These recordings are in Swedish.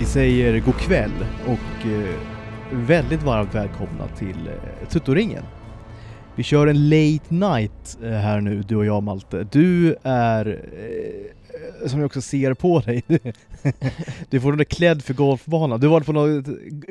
säger god kväll och väldigt varmt välkomna till Tuttoringen. Vi kör en late night här nu, du och jag, Malte. Du är, som jag också ser på dig, du är fortfarande klädd för golfbanan. Du var på något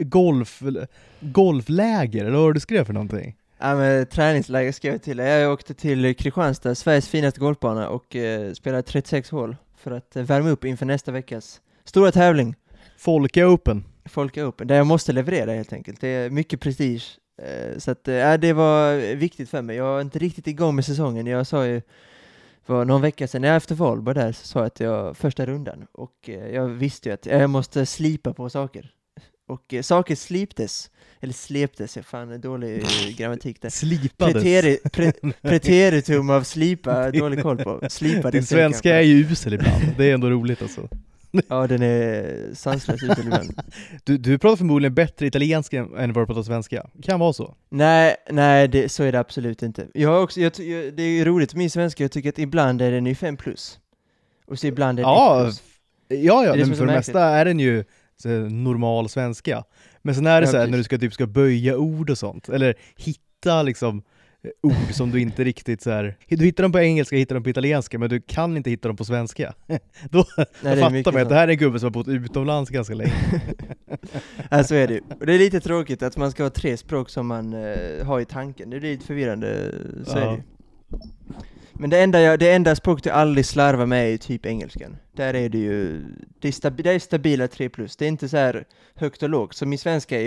golfläger, eller vad var det du skrev för någonting? Ja, men träningsläger skrev jag till. Jag åkte till Kristianstad, Sveriges finaste golfbana, och spelade 36 hål för att värma upp inför nästa veckas stora tävling. Folka Open, där jag måste leverera helt enkelt. Det är mycket prestige. Så att, det var viktigt för mig. Jag är inte riktigt igång med säsongen. Jag sa ju för någon vecka sedan, efter Valborg där, så sa jag att jag första rundan. Och jag visste ju att jag måste slipa på saker. Och saker sliptes. Eller sleptes, jag fan dålig grammatik där. slipades. Preteritum av slipa, dålig koll på. Slipades. Din svenska är ju usel ibland. Det är ändå roligt alltså. Ja, den är sanslös usel ibland. Du pratar förmodligen bättre italienska än vad du pratar svenska. Kan vara så. Nej, så är det absolut inte. Det är roligt med min svenska. Jag tycker att ibland är den ju 5+. Och så ibland är den 1+. Ja, men för det mesta är den ju så normal svenska. Men sen är det så här, när du ska böja ord och sånt, eller hitta liksom ord som du inte riktigt så här, du hittar dem på engelska, hittar dem på italienska, men du kan inte hitta dem på svenska. Då fattar man att det här är en gubbe som har bott utomlands ganska länge. Ja, så är det. Och det är lite tråkigt att man ska ha 3 språk som man har i tanken. Det är lite förvirrande, så är det. Men det enda språket jag aldrig slarvar med är typ engelskan. Där är det ju, det är stabila 3+. Det är inte så här högt och lågt. Så min svenska,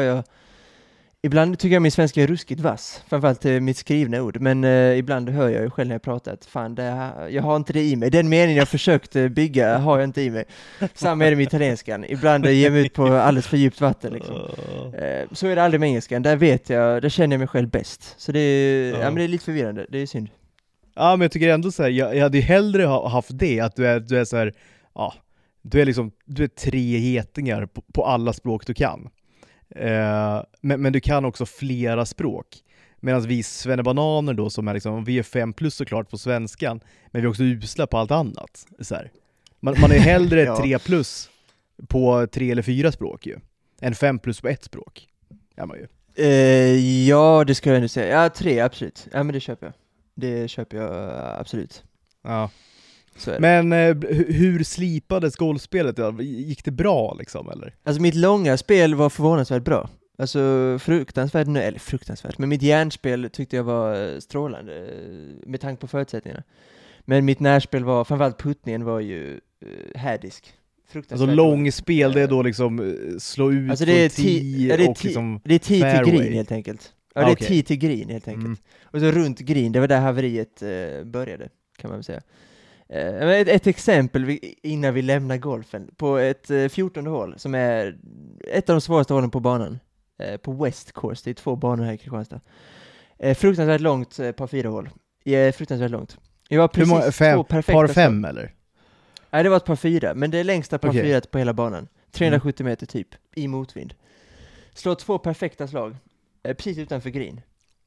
ibland tycker jag min svenska är ruskigt vass. Framförallt mitt skrivna ord. Men ibland hör jag ju själv när jag pratar att fan, jag har inte det i mig. Den meningen jag försökte bygga har jag inte i mig. Samma är det med italienskan. Ibland ger jag mig ut på alldeles för djupt vatten liksom. Så är det aldrig med engelskan. Där känner jag mig själv bäst. Så det är, men det är lite förvirrande. Det är synd. Ja, men jag tycker ändå så här, jag hade ju hellre haft det, att du är så här, ja, du är 3 getingar på alla språk du kan. Men du kan också flera språk. Medan vi svennebananer då, som är liksom, vi är 5+ såklart på svenskan, men vi är också usla på allt annat. Så här. Man är hellre 3+ på 3 eller 4 språk ju, än 5+ på ett språk. Ja, man ju. Ja, det skulle jag ändå säga. Ja, 3, absolut. Ja, men det köper jag. Det köper jag absolut. Ja. Men hur slipades golfspelet? Gick det bra liksom, eller? Alltså mitt långa spel var förvånansvärt bra. Alltså fruktansvärt. Men mitt järnspel tyckte jag var strålande med tanke på förutsättningarna. Men mitt närspel var, framförallt puttningen var ju hädisk. Alltså långspel, det är då liksom slå ut alltså det är liksom det är 10 fairway. till green helt enkelt. Ja, det är 10 till green helt enkelt. Och så runt green, det var där haveriet började, kan man väl säga. Ett exempel innan vi lämnar golfen. På ett 14:e hål, som är ett av de svåraste hålen på banan. På West Course, det är 2 banor här i Kristianstad. Fruktansvärt långt par 4-hål. Fruktansvärt långt. Det var precis 2 perfekta par 5 eller? Nej, det var ett par 4, men det är längsta par 4 på hela banan. 370 meter typ, i motvind. Slå 2 perfekta slag. Precis utanför green.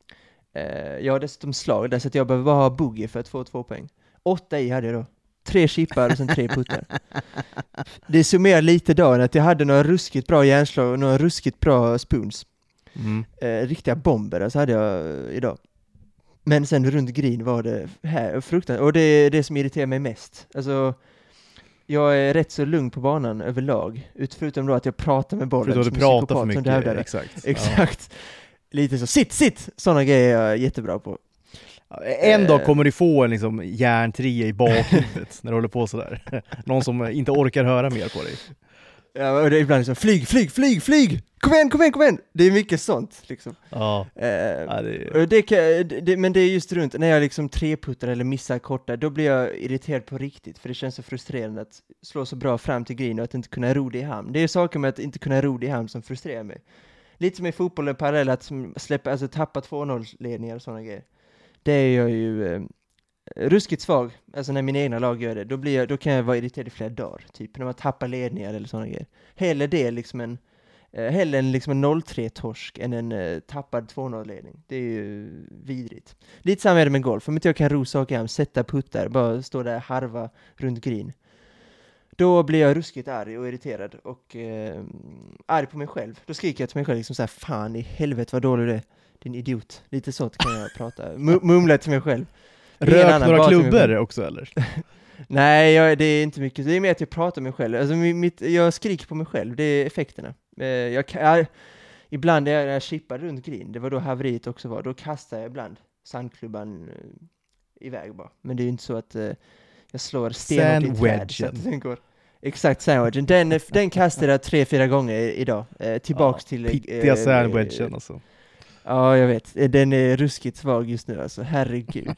Jag har dessutom slag där, så att jag behöver bara ha bogey för att få 2 poäng. 8 i hade jag då. 3 chippar och sen 3 puttar. Det summerar lite dagen att jag hade några ruskigt bra järnslag och några ruskigt bra spoons. Riktiga bomber, alltså hade jag idag. Men sen runt green var det här fruktansvärt. Och det är det som irriterar mig mest. Alltså, jag är rätt så lugn på banan överlag. Förutom då att jag pratar med bollen. Förutom att du pratar för mycket. Exakt. Lite så, sitt! Sådana grejer är jag jättebra på. En dag kommer du få en liksom järntrea i bakhuvudet när du håller på sådär. Någon som inte orkar höra mer på dig. Ja, och det är ibland så, flyg! Kom igen! Det är mycket sånt liksom. Ja. Men det är just runt när jag liksom 3-puttar eller missar korta, då blir jag irriterad på riktigt, för det känns så frustrerande att slå så bra fram till green och att inte kunna ro det i hamn. Det är saker med att inte kunna ro det i hamn som frustrerar mig. Lite som i fotbollen parallell, att tappa 2-0-ledningar och sådana grejer. Det är jag ju ruskigt svag. Alltså när mina egna lag gör det, då kan jag vara irriterad i flera dagar. Typ när man tappar ledningar eller sådana grejer. Hellre liksom en 0-3-torsk än en tappad 2-0-ledning. Det är ju vidrigt. Lite samma är det med golf. Om inte jag kan ro saker hem, sätta puttar, bara stå där harva runt green. Då blir jag ruskigt arg och irriterad och arg på mig själv. Då skriker jag till mig själv liksom så här: fan i helvete vad dålig du är, din idiot. Lite sånt kan jag prata. Mumla till mig själv. Rök några klubbor också eller? Nej, det är inte mycket. Det är mer att jag pratar med mig själv. Alltså, jag skriker på mig själv, det är effekterna. Ibland när jag chippar runt green, det var då haveriet också var, då kastar jag ibland sandklubban iväg bara. Men det är ju inte så att jag slår sten och träd så att den går. Exakt, sandwedgen. Den kastade jag 3-4 gånger idag. Tillbaks till... Pittiga sandwedgen alltså. Ja, jag vet. Den är ruskigt svag just nu alltså. Herregud.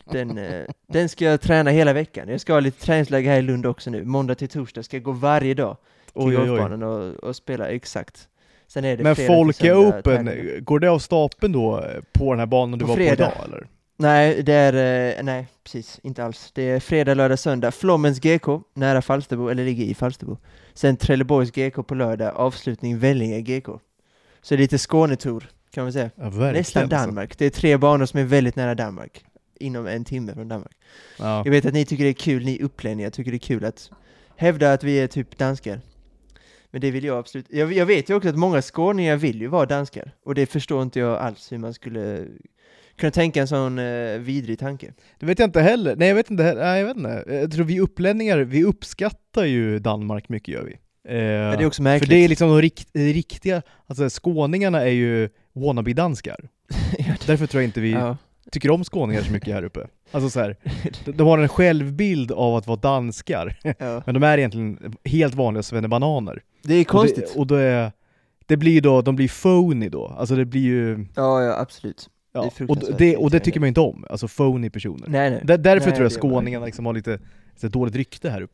Den ska jag träna hela veckan. Jag ska ha lite träningsläge här i Lund också nu. Måndag till torsdag ska jag gå varje dag till golfbanan och spela. Exakt. Sen är det men Folke Open, går det av stapeln då på den här banan du var fredag. på idag eller? Nej, nej, precis. Inte alls. Det är fredag, lördag, söndag. Flommens GK, nära Falsterbo, eller ligger i Falsterbo. Sen Trelleborgs GK på lördag. Avslutning Vellinge GK. Så det är lite Skånetour, kan man säga. Ja, nästan Danmark. Det är 3 banor som är väldigt nära Danmark. Inom 1 timme från Danmark. Ja. Jag vet att ni tycker det är kul, ni upplänningar tycker det är kul att hävda att vi är typ danskar. Men det vill jag absolut. Jag vet ju också att många skåningar vill ju vara danskar. Och det förstår inte jag alls hur man skulle kunna tänka en sån vidrig tanke. Det vet jag inte heller. Nej, jag vet inte. Jag tror vi upplänningar, vi uppskattar ju Danmark mycket, gör vi. Men det är också märkligt. För det är liksom de riktiga, alltså skåningarna är ju wannabe-danskar. Därför tror jag inte vi tycker om skåningar så mycket här uppe. Alltså så här, de har en självbild av att vara danskar. Ja. Men de är egentligen helt vanliga svennebananer. Det är konstigt. Och det blir då, de blir phony då. Alltså det blir ju... Ja, absolut. Ja. Och det tycker man inte om. Alltså phony personer. Nej. Därför tror jag skåningarna liksom har lite dåligt rykte här uppe.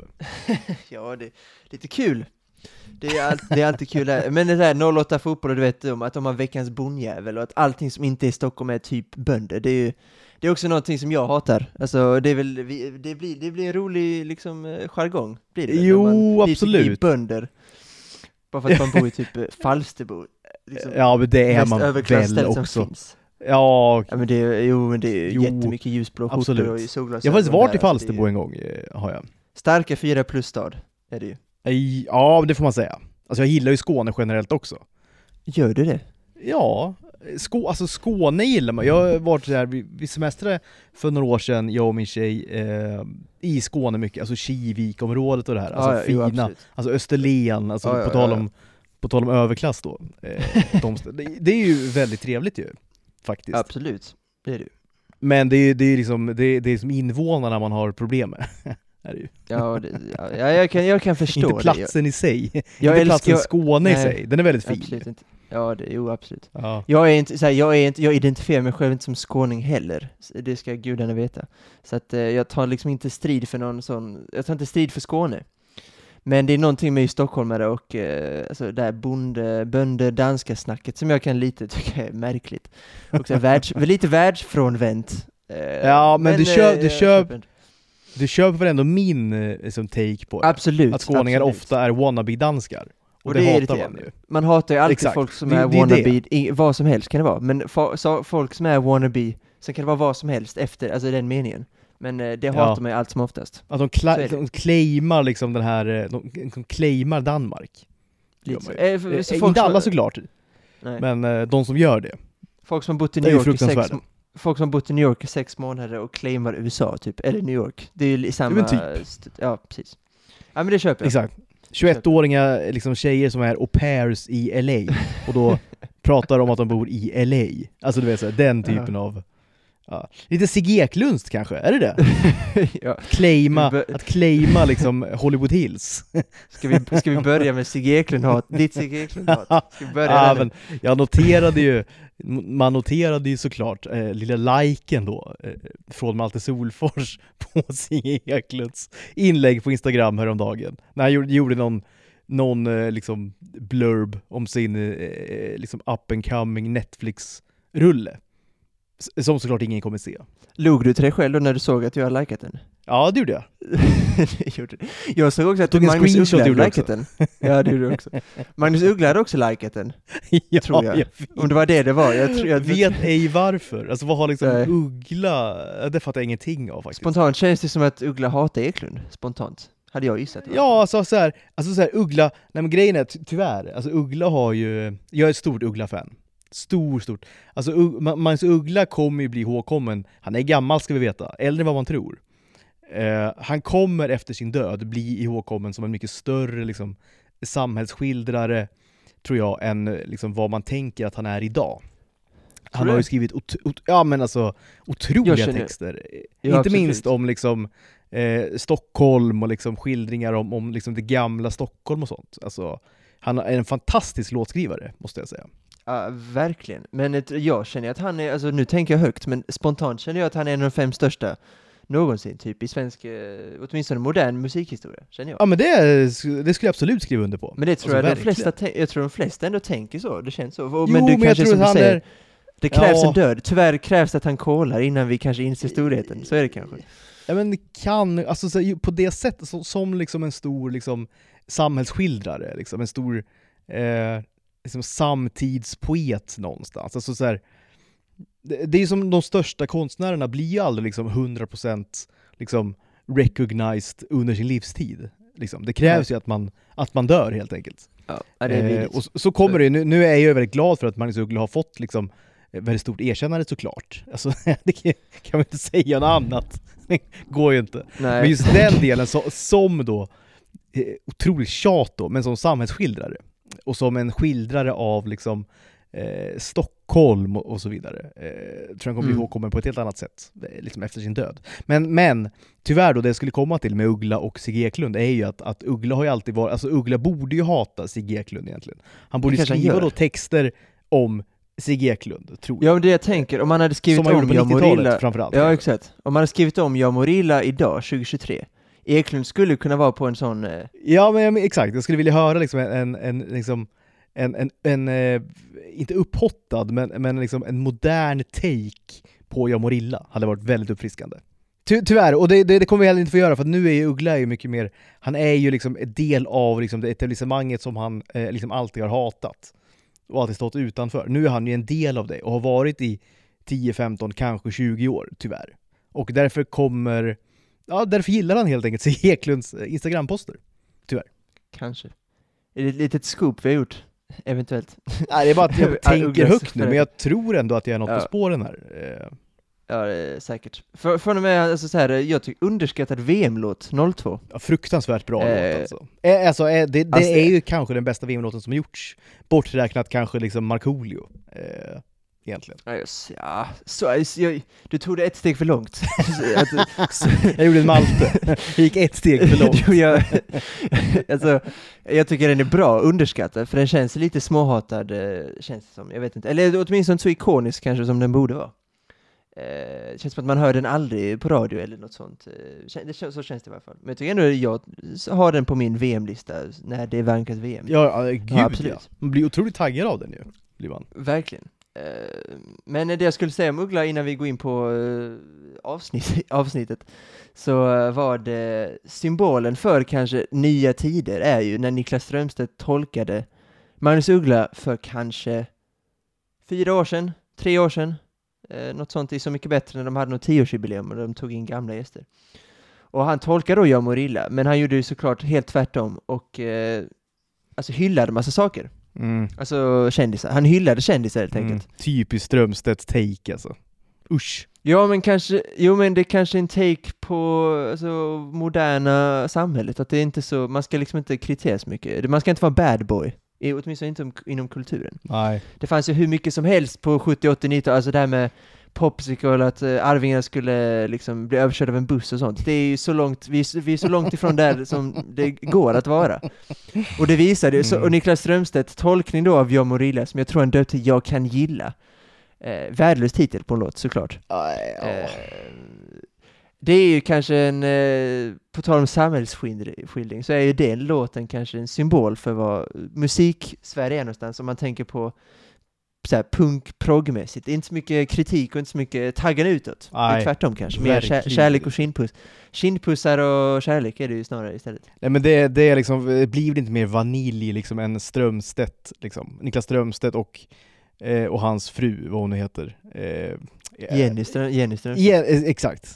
Ja, det är lite kul. Det är alltid kul här. Men det här 08 fotboll, och du vet om att de har veckans bonjävel och att allting som inte är i Stockholm är typ bönder. Det är också någonting som jag hatar. Alltså det är väl det blir en rolig liksom jargong. Blir det? Jo, absolut. I bönder. Bara för att man bor i typ Falsterbo. Liksom, ja, men det är man väl också. Ja, men det är jättemycket ljusblå skjortor och solglasögon. Jag har faktiskt varit i Falsterbo en gång, har jag. Starka 4+-stad är det ju. Ja, det får man säga. Alltså jag gillar ju Skåne generellt också. Gör du det? Ja, alltså Skåne gillar man. Jag har varit där, vi semestrade för några år sedan, jag och min tjej, i Skåne mycket. Alltså Kivik-området och det här. Alltså fina, alltså Österlen, alltså på tal om överklass då. Det är ju väldigt trevligt ju, faktiskt. Absolut, det är det ju. Men det är liksom, det är som invånarna man har problem med. Ja, jag kan förstå det. Inte platsen i sig. Jag inte platsen Skåne i sig. Den är väldigt fin. Absolut inte. Ja, absolut. Ja. Jag identifierar mig själv inte som skåning heller. Det ska gudarna veta. Så att jag tar liksom inte strid för någon sån. Jag tar inte strid för Skåne. Men det är någonting med stockholmare och alltså det här bönder danska snacket som jag kan lite tycka är märkligt. Och så lite världsfrånvänt. Ja, men du köper väl ändå min som take på det? Absolut. Att skåningar ofta är wannabe-danskar. Och det hatar man ju. Man hatar ju alltid folk som är wannabe, vad som helst kan det vara. Men folk som är wannabe, så kan det vara vad som helst efter, alltså den meningen. Men det hatar man ju allt som oftast. Att de claimar liksom den här, de claimar Danmark. Inte alla såklart. Nej. Men de som gör det. Folk som bott i New York folk som bott i New York i 6 månader och claimar USA typ, eller New York. Det är ju samma... typ. Ja, precis. Ja, men det köper jag. Exakt. 21-åriga liksom tjejer som är au pairs i LA och då pratar om att de bor i LA. Alltså du vet så, den typen av... Ja. Lite Sigge Eklundst kanske, är det det? Ja. Att claima liksom Hollywood Hills. Ska vi börja med Sigge Eklund-hat? Ditt Sigge Eklund-hat. Ska vi börja men man noterade ju såklart lilla liken då från Malte Solfors på Sigge Eklunds inlägg på Instagram häromdagen. När han gjorde någon liksom blurb om sin liksom up and coming Netflix-rulle. Som såklart ingen kommer se. Log du till dig själv då när du såg att jag hade likat den? Ja, det gjorde jag. Jag såg också att Magnus Uggla hade likat den. Ja, det gjorde du också. Magnus Uggla hade också likat den. Ja, tror jag. Om det var det var. Jag vet ej varför. Alltså vad har liksom Uggla... Det fattar jag ingenting av faktiskt. Spontant känns det som att Uggla hatar Eklund. Spontant. hade jag gissat. Ja, alltså så här Uggla, nej men grejen är tyvärr, alltså Uggla har ju, jag är ett stort Uggla-fan. Stort. Alltså Magnus Uggla kommer ju bli ihågkommen, han är gammal ska vi veta, äldre än vad man tror. Han kommer efter sin död bli ihågkommen som en mycket större liksom, samhällsskildrare, tror jag, än liksom, vad man tänker att han är idag. Han har ju skrivit otroliga texter. Inte absolut. minst om liksom, Stockholm och liksom, skildringar om liksom, det gamla Stockholm och sånt. Alltså, han är en fantastisk låtskrivare, måste jag säga. Ja, verkligen. Men jag känner att han är, alltså nu tänker jag högt, men spontant känner jag att han är en av de 5 största någonsin, typ i svensk, åtminstone modern musikhistoria, känner jag. Ja, men det skulle jag absolut skriva under på. Men det tror alltså, jag de flesta ändå tänker så, det känns så. Jo, men du kanske, jag tror som att du säger, det krävs ja. en död. Tyvärr krävs det att han kolar innan vi kanske inser storheten. Så är det kanske. Ja, men det kan, alltså så, på det sättet som liksom en stor liksom, samhällsskildrare, liksom en stor liksom, samtidspoet någonstans. Alltså, så här, det är ju som de största konstnärerna blir ju aldrig liksom 100% liksom recognized under sin livstid. Liksom. Det krävs ju att man dör helt enkelt. Ja, det är och så kommer det, nu är jag väldigt glad för att Magnus Uggla har fått liksom väldigt stort erkännande såklart. Alltså, det kan man inte säga något annat. Det går ju inte. Nej. Men just den delen som då otroligt tjat då, men som samhällsskildrare och som en skildrare av liksom Stockholm och så vidare. Tror jag kommer bli ihågkommen på ett helt annat sätt liksom efter sin död. Men tyvärr då, det jag skulle komma till med Uggla och Sigge Eklund är ju att Uggla har ju alltid varit, alltså Uggla borde ju hata Sigge Eklund egentligen. Han borde ju skriva då texter om Sigge Eklund, tror jag. Ja, men det jag tänker, om man hade skrivit som om Jag Morilla, framförallt. ja exakt. Om man hade skrivit om Jag Morilla idag, 2023, Eklund skulle kunna vara på en sån... Ja, men exakt. Jag skulle vilja höra liksom en inte upphottad, men liksom en modern take på Jag Morilla hade varit väldigt uppfriskande. Tyvärr, och det kommer vi heller inte få göra, för att nu är ju Uggla ju mycket mer, han är ju liksom en del av liksom det etablissemanget som han liksom alltid har hatat och alltid stått utanför. Nu är han ju en del av det och har varit i 10, 15, kanske 20 år, tyvärr. Och därför gillar han helt enkelt Sigge Eklunds Instagram-poster. Tyvärr. Kanske. Är det ett litet scoop vi har gjort? Eventuellt. Nej, det är bara att jag tänker högt nu, men jag tror ändå att jag är något på spåren här. Ja, det är säkert. Från och med, alltså så här, jag tycker underskattad VM-låt 02. Ja, fruktansvärt bra låt alltså. Det är ju kanske den bästa VM-låten som har gjorts. Borträknat kanske liksom Markoolio. Egentligen. Ja, du tog det ett steg för långt. Jag gjorde en Malte. Jag gick ett steg för långt. Jag tycker den är bra, underskattad, för den känns lite småhatad, känns det som. Jag vet inte. Eller åtminstone så ikonisk kanske som den borde vara. Det känns som att man hör den aldrig på radio eller något sånt. Så känns det i alla fall. Men jag tycker ändå jag har den på min VM-lista när det är vankat VM. Ja, gud, ja, absolut. Ja. Man blir otroligt taggad av den ju. Blir man. Verkligen. Men det jag skulle säga om Uggla innan vi går in på avsnittet, så var det symbolen för kanske nya tider är ju när Niklas Strömstedt tolkade Magnus Uggla för kanske 4 år sedan, 3 år sedan. Något sånt är Så mycket bättre när de hade något 10-årsjubileum och de tog in gamla gäster. Och han tolkade då Jag Morilla, men han gjorde ju såklart helt tvärtom och alltså hyllade massa saker. Alltså kändisar. Han hyllade kändisar helt enkelt. Typiskt Strömstedts take alltså. Usch. Ja, men det är kanske en take på alltså, moderna samhället. Att det är inte så, man ska liksom inte kritisera så mycket. Man ska inte vara bad boy. Åtminstone inte inom kulturen. Nej. Det fanns ju hur mycket som helst på 70, 80, 90, alltså det här med Popsicle, att Arvingarna skulle liksom bli överkörda av en buss och sånt. Det är ju så långt, vi är så långt ifrån där som det går att vara. Och det visade ju, och Niklas Strömstedt tolkning då av Jag Morilla, som jag tror han döpt till Jag kan gilla. Värdelös titel på en låt, såklart. Det är ju kanske på tal om samhällsskildring, så är ju den låten kanske en symbol för vad musik-Sverige är någonstans, om man tänker på så här punk-proggmässigt. Det är inte så mycket kritik och inte så mycket taggen utåt. Det är tvärtom kanske. Mer kärlek och kindpuss. Kindpussar och kärlek är det ju snarare istället. Nej, men det är liksom, det blir inte mer vanilj liksom än Strömstedt liksom. Niklas Strömstedt och hans fru, vad hon nu heter. Jenny Strömstedt. Exakt.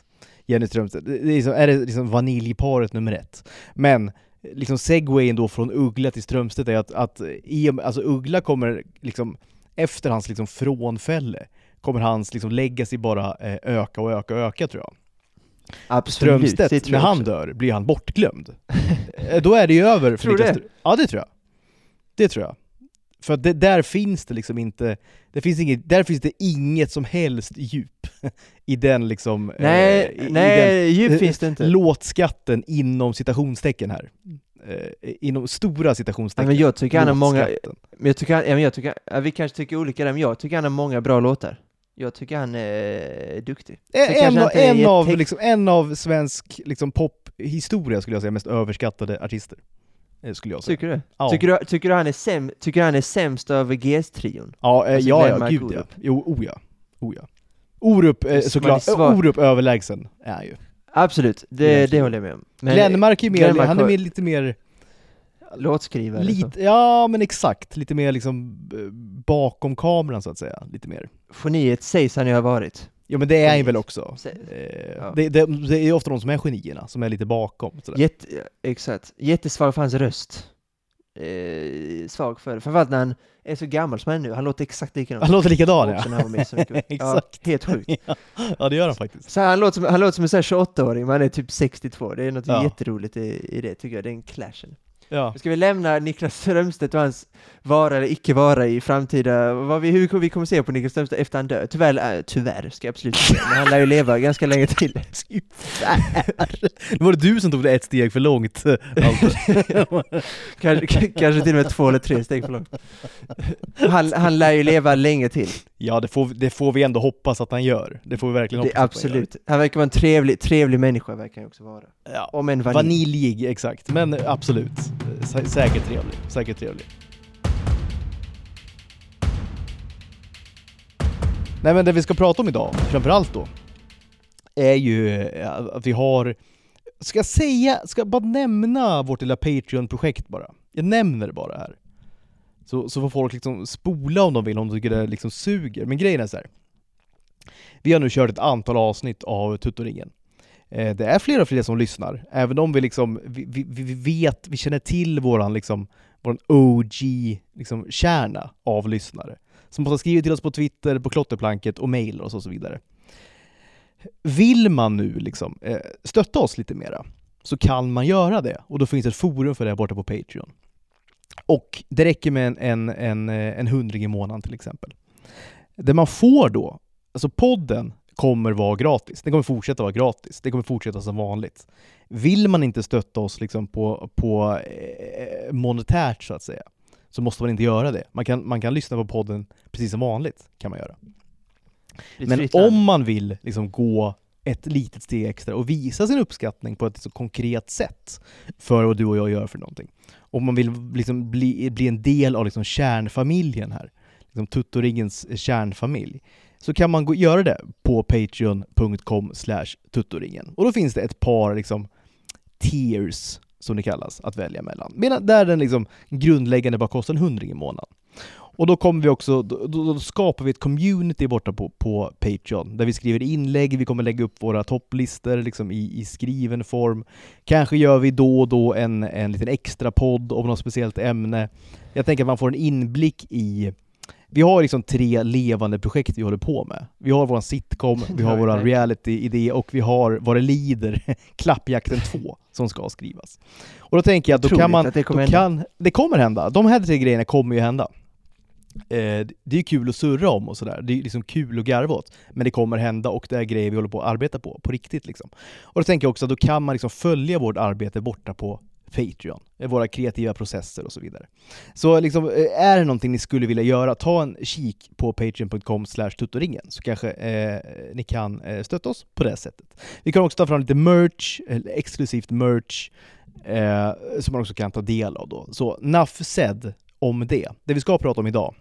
Jenny Strömstedt. Är det liksom vaniljparet nummer 1. Men liksom segwayen då från Uggla till Strömstedt är att alltså Uggla kommer liksom efter hans liksom frånfälle kommer hans liksom legacy bara öka tror jag. Absolut. Strömstedt, när han dör blir han bortglömd. Då är det ju över. Tror du det? Ja, det tror jag. För att där finns det liksom inte, där finns det inget som helst djup i den liksom djup finns det inte. Låtskatten inom citationstecken här. Inom stora citationstecken. Men jag tycker han har många, vi kanske tycker olika där, men jag tycker han har många bra låtar. Jag tycker han är duktig. En av svensk liksom pophistoria skulle jag säga mest överskattade artister. Skulle jag säga. Tycker du? Ja. Tycker du han är sämst över GS-trion? Ja, alltså gud ja. Jo, ja. Orup såklart. Orup överlägsen är ju. Absolut, det håller jag med om. Men Glenmark är mer, han är mer lite mer låtskrivare. Ja, men exakt. Lite mer liksom bakom kameran så att säga. Lite mer. Geniet sägs han ju ha varit. Ja, men det är han väl också. Det är ofta de som är genierna, som är lite bakom. Exakt. Jättesvag för hans röst. Svag för framförallt när han är så gammal som han är nu. Han låter exakt likadan. Han låter likadan, ja. När han var med så mycket. Exakt. Ja, helt sjukt. Ja, det gör han faktiskt. Så han låter som en 28-åring, men han är typ 62. Det är något jätteroligt i det, tycker jag. Det är en clashen. Ja. Ska vi lämna Niklas Strömstedt och hans vara eller icke vara i framtida, hur vi kommer se på Niklas Strömstedt efter han dör? Tyvärr ska jag absolut säga, men han lär ju leva ganska länge till. Det var du som tog det ett steg för långt. Kanske till och med 2 eller 3 steg för långt. Han lär ju leva länge till. Ja, det får vi ändå hoppas att han gör. Det får vi verkligen hoppas. Absolut. Han verkar vara en trevlig människa, verkar han också vara. Ja, om en vaniljig, exakt. Men absolut. Säkert trevlig. Nej, men det vi ska prata om idag, framförallt då, är ju att vi har, ska bara nämna vårt lilla Patreon-projekt bara. Jag nämner det bara här. Så får folk liksom spola om de vill, om de tycker det liksom suger. Men grejen är så här. Vi har nu kört ett antal avsnitt av Tuttoringen. Det är fler och fler som lyssnar. Även om vi liksom, vi känner till våran OG liksom kärna av lyssnare. Som har skrivit till oss på Twitter, på Klotterplanket och mejl och så vidare. Vill man nu liksom stötta oss lite mera, så kan man göra det. Och då finns ett forum för det borta på Patreon. Och det räcker med en 100 i månaden till exempel. Det man får då, alltså podden kommer vara gratis. Det kommer fortsätta vara gratis. Det kommer fortsätta som vanligt. Vill man inte stötta oss liksom på monetärt så att säga, så måste man inte göra det. Man kan lyssna på podden precis som vanligt, kan man göra. Men om man vill liksom gå ett litet steg extra och visa sin uppskattning på ett så konkret sätt för vad du och jag gör för någonting. Om man vill liksom bli en del av liksom kärnfamiljen här, liksom Tuttoringens kärnfamilj, så kan man göra det på patreon.com/tuttoringen. Och då finns det ett par liksom tiers, som det kallas, att välja mellan. Men där den liksom grundläggande bara kostar 100 i månaden. Och då kommer vi också, då skapar vi ett community borta på Patreon, där vi skriver inlägg, vi kommer lägga upp våra topplistor liksom i skriven form. Kanske gör vi då och då en liten extra podd om något speciellt ämne. Jag tänker att man får en inblick i, vi har liksom 3 levande projekt vi håller på med. Vi har våran sitcom, vi har våran reality-idé och vi har vad det lider, Klappjakten 2 som ska skrivas. Och då tänker jag att det kommer hända. De här 3 grejerna kommer ju hända. Det är kul att surra om och sådär. Det är liksom kul att garva åt. Men det kommer hända och det är grejer vi håller på att arbeta på riktigt liksom. Och då tänker jag också att då kan man liksom följa vårt arbete borta på Patreon, våra kreativa processer och så vidare. Så liksom, är det någonting ni skulle vilja göra, ta en kik på patreon.com/tuttoringen, så kanske ni kan stötta oss på det sättet. Vi kan också ta fram lite merch, exklusivt merch, som man också kan ta del av då. Så enough said om det. Det vi ska prata om idag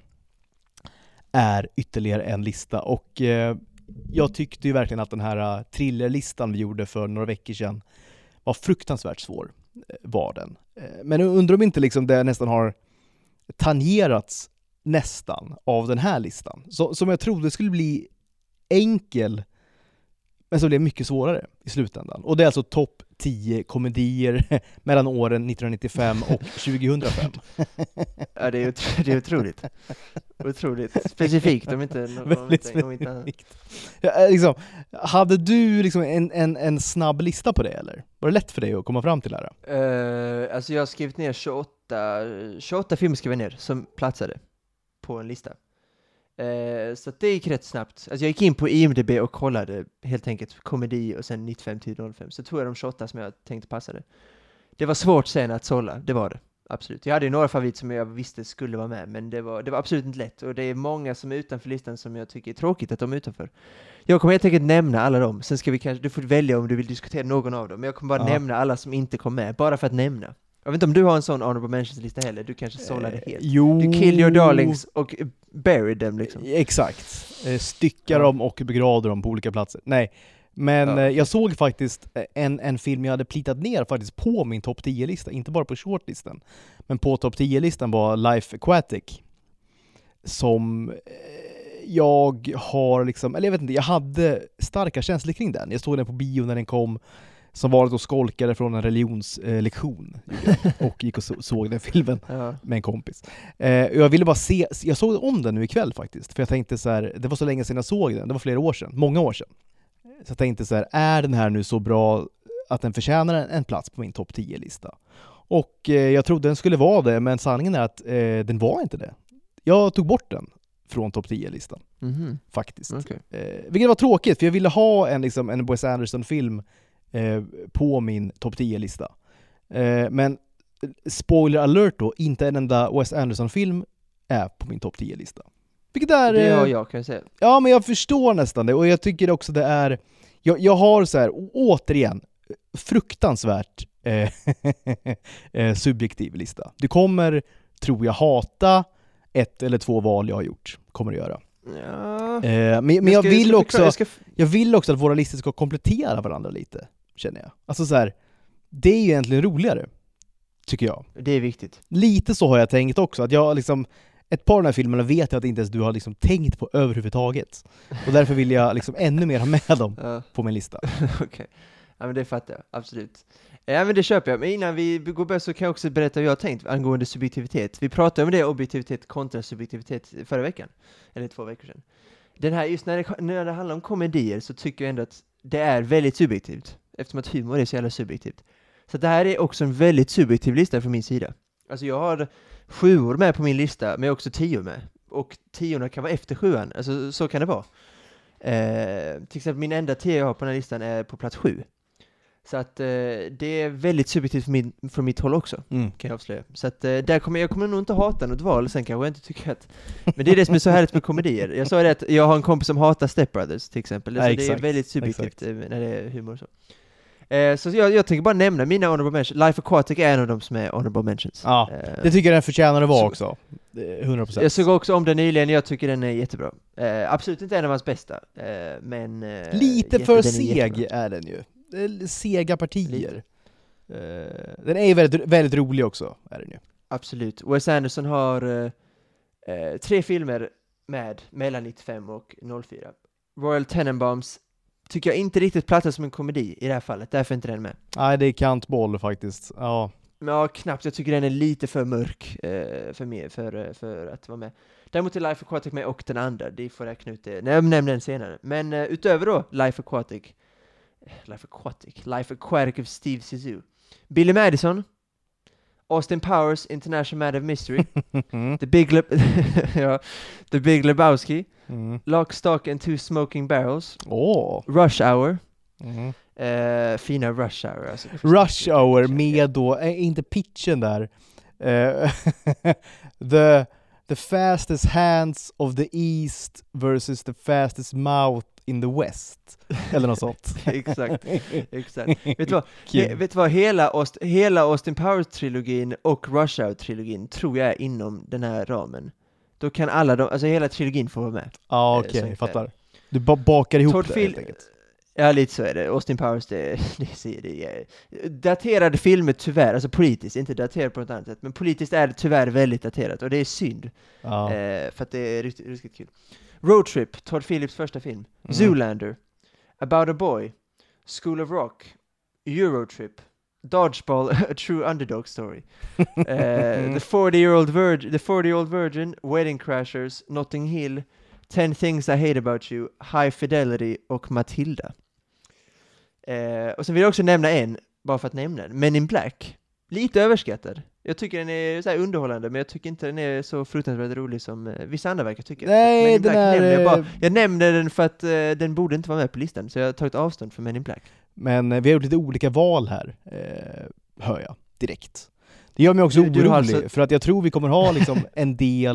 är ytterligare en lista, och jag tyckte ju verkligen att den här thrillerlistan vi gjorde för några veckor sedan var fruktansvärt svår, var den. Men undrar om inte liksom det nästan har tangerats nästan av den här listan. Som jag trodde skulle bli enkel Men så blev det mycket svårare i slutändan. Och det är alltså topp 10 komedier mellan åren 1995 och 2005. Ja, det är otroligt. Otroligt specifikt, om inte... Väldigt specifikt. Ja, liksom, hade du liksom en snabb lista på det, eller? Var det lätt för dig att komma fram till det här? Alltså jag har skrivit ner 28 filmer skrev jag ner som platsade på en lista. Så att det gick rätt snabbt. Alltså jag gick in på IMDb och kollade helt enkelt komedi och sen 95-05. Så tog jag de 28 som jag tänkte passade. Det var svårt sen att sålla, det var det. Absolut. Jag hade ju några favoriter som jag visste skulle vara med, men det var absolut inte lätt. Och det är många som är utanför listan som jag tycker är tråkigt att de är utanför. Jag kommer helt enkelt nämna alla dem. Sen ska vi kanske, du får välja om du vill diskutera någon av dem. Men jag kommer bara nämna alla som inte kom med, bara för att nämna. Jag vet inte om du har en sån honorable mentions-lista heller. Du kanske sållar det helt. Jo. Du kill your darlings och bury them liksom. Exakt. Styckar dem och begrader dem på olika platser. Nej, men jag såg faktiskt en film jag hade plitat ner faktiskt på min topp 10-lista. Inte bara på shortlisten. Men på topp 10-listan var Life Aquatic. Som jag har liksom, eller jag vet inte, jag hade starka känslor kring den. Jag såg den på bio när den kom. Som vanligt och skolkade från en religionslektion och gick och såg den filmen med en kompis. Jag ville bara se, jag såg om den nu ikväll faktiskt, för jag tänkte så här, det var så länge sedan jag såg den, det var flera år sedan, många år sedan. Så jag tänkte så här, är den här nu så bra att den förtjänar en plats på min topp 10-lista? Och jag trodde den skulle vara det, men sanningen är att den var inte det. Jag tog bort den från topp 10-listan, faktiskt. Okay. Vilket var tråkigt, för jag ville ha en Wes Anderson-film på min topp 10-lista. Men spoiler alert då, inte en enda Wes Anderson-film är på min topp 10-lista. Vilket är... Det har jag, kan jag säga. Ja, men jag förstår nästan det. Och jag tycker också det är... Jag har så här, återigen, fruktansvärt subjektiv lista. Du kommer, tror jag, hata ett eller två val jag har gjort. Kommer du göra. Ja. Men jag vill också att våra listor ska komplettera varandra lite, känner jag. Alltså så här, det är ju egentligen roligare, tycker jag. Det är viktigt. Lite så har jag tänkt också, att jag liksom, ett par av de här filmerna vet jag att inte ens du har liksom tänkt på överhuvudtaget. Och därför vill jag liksom ännu mer ha med dem på min lista. Okej. Ja, men det fattar jag, absolut. Ja, men det köper jag. Men innan vi går börja så kan jag också berätta vad jag har tänkt angående subjektivitet. Vi pratade om det, objektivitet kontra subjektivitet, förra veckan. Eller 2 veckor sedan. Den här, just när det handlar om komedier så tycker jag ändå att det är väldigt subjektivt. Eftersom att humor är så jävla subjektivt. Så det här är också en väldigt subjektiv lista från min sida. Alltså jag har 7 med på min lista, men också 10 med. Och 10 kan vara efter 7. Alltså så kan det vara. Till exempel min enda 10 jag har på den här listan är på plats 7. Så att det är väldigt subjektivt från mitt håll också, kan jag avslöja. Så att jag kommer nog inte hata något val, sen kanske jag inte tycker att... Men det är det som är så härligt med komedier. Jag sa det att jag har en kompis som hatar Step Brothers till exempel. Så det är väldigt subjektivt när det är humor och så. Så jag tänker bara nämna mina honorable mentions. Life Aquatic är en av dem som är honorable mentions. Ja, det tycker jag den förtjänar att vara också. 100%. Jag såg också om den nyligen, jag tycker den är jättebra. Absolut inte en av hans bästa, men... lite för seg är den ju. Sega partier. Den är ju väldigt, väldigt rolig också, är den ju. Absolut. Wes Anderson har 3 filmer med mellan 95 och 04. Royal Tenenbaums tycker jag inte riktigt platsar som en komedi i det här fallet, därför är inte den med. Nej, det är kantboll faktiskt. Ja. Ja, knappt. Jag tycker den är lite för mörk för att vara med. Däremot är Life Aquatic med och den andra. Det får räkna ut det. Nej, jag nämner den senare. Men utöver då Life Aquatic of Steve Zissou. Billy Madison, Austin Powers, International Man of Mystery, The Big Lebowski, Lock, Stock and Two Smoking Barrels, Rush Hour, fina Rush Hour alltså. Rush Hour med då, inte pitchen där, the fastest hands of the East versus the fastest mouth in the West, eller något sånt. Exakt. Vet du vad? Hela Austin Powers-trilogin och Rush Hour-trilogin tror jag är inom den här ramen. Då kan alltså hela trilogin få vara med. Ja, okej, fattar. Du bakar ihop det helt enkelt. Ja, lite så är det. Austin Powers, det är daterade filmer tyvärr, alltså politiskt, inte daterat på något annat sätt, men politiskt är det tyvärr väldigt daterat, och det är synd. För att det är riktigt kul. Road Trip, Todd Phillips första film. Zoolander, About a Boy, School of Rock, Eurotrip, Dodgeball, A True Underdog Story, The 40-Year-Old Virgin, Wedding Crashers, Notting Hill, 10 Things I Hate About You, High Fidelity och Matilda. Och sen vill jag också nämna en, bara för att nämna den, Men in Black. Lite överskattad. Jag tycker den är så här underhållande, men jag tycker inte den är så fruktansvärt rolig som vissa andra verkar tycka. Nej, Men in Black är... jag nämnde den för att den borde inte vara med på listan, så jag har tagit avstånd från Men in Black. Men vi har gjort lite olika val här, hör jag direkt. Det gör mig också orolig, alltså... för att jag tror vi kommer ha liksom en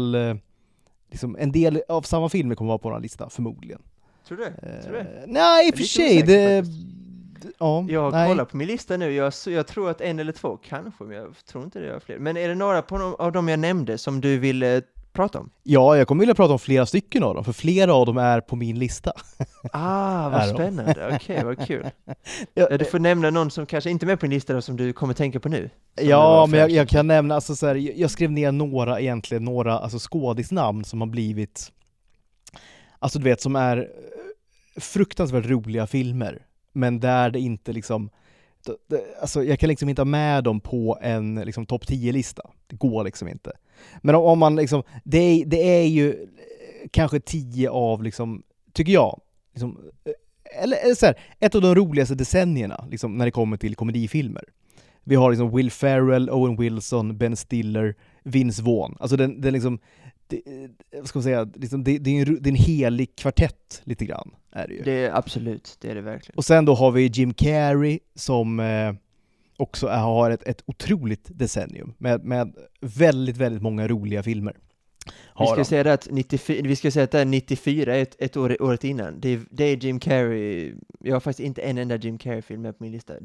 del av samma filmer kommer vara på den här listan, förmodligen. Tror du? Nej, i och för sig. Ja, jag kollar på min lista nu, jag tror att 1 eller 2 kanske, men jag tror inte det är fler. Men är det några av dem jag nämnde som du vill prata om? Ja, jag kommer vilja prata om flera stycken av dem, för flera av dem är på min lista. Vad spännande. Okej, vad kul. Ja, du får nämna någon som kanske inte är med på din lista då, som du kommer tänka på nu. Ja, men jag kan nämna, alltså, så här, jag skrev ner några alltså, skådisnamn som har blivit, alltså du vet, som är fruktansvärt roliga filmer. Men där det inte liksom, alltså jag kan liksom inte ha med dem på en liksom topp 10-lista. Det går liksom inte. Men om man liksom, det är ju kanske 10 av liksom, tycker jag, liksom, eller så här, ett av de roligaste decennierna liksom, när det kommer till komedifilmer. Vi har liksom Will Ferrell, Owen Wilson, Ben Stiller, Vince Vaughn. Alltså den liksom, vad ska man säga, liksom, det är en helig kvartett lite grann är det ju. Det är absolut, det är det verkligen. Och sen då har vi Jim Carrey som också har ett otroligt decennium med väldigt, väldigt många roliga filmer. Vi ska säga att 94 är ett året innan. Det är Jim Carrey. Jag har faktiskt inte en enda Jim Carrey-film med på min lista.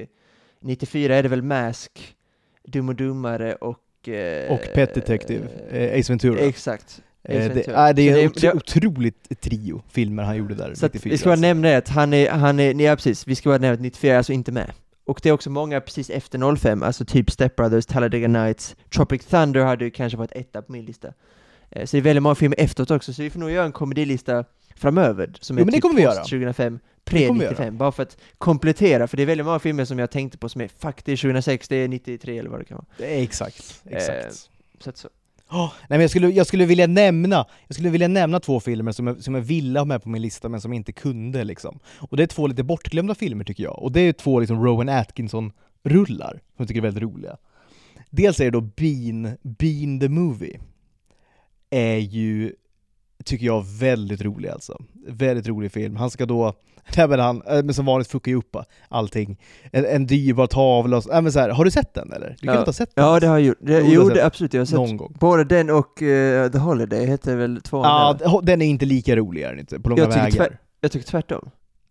94 är det väl Mask, Dum och Dummare och Pet Detective, Ace Ventura. Exakt. Det är en otroligt trio filmer han gjorde där. Så 94, vi ska bara nämna att han är ja, precis, vi ska bara nämna att 94 är alltså inte med. Och det är också många precis efter 05, alltså typ Step Brothers, Talladega Nights, Tropic Thunder hade ju kanske varit etta på min lista. Så det är väldigt många filmer efteråt också, så vi får nog göra en komedilista framöver som är typ post 2005, pre-95, bara för att komplettera, för det är väldigt många filmer som jag tänkte på som är faktiskt 2006, det är 93 eller vad det kan vara. Det är exakt. Så att så. Nej, men jag skulle vilja nämna 2 filmer som jag ville ha med på min lista men som inte kunde liksom. Och det är 2 lite bortglömda filmer tycker jag. Och det är 2 liksom Rowan Atkinson-rullar som jag tycker är väldigt roliga. Dels är det då Bean the Movie. Är ju, tycker jag, väldigt rolig alltså. Väldigt rolig film. Han ska då, men som vanligt fuckar ju upp allting. En dyrbar tavla. Men så här, har du sett den eller? Du kan inte ha sett den. Ja, det har jag gjort. Det absolut. Jag har sett någon gång. Både den och The Holiday heter väl 2. Ja, den är inte lika rolig är den inte, på långa vägar. Jag tycker tvärtom.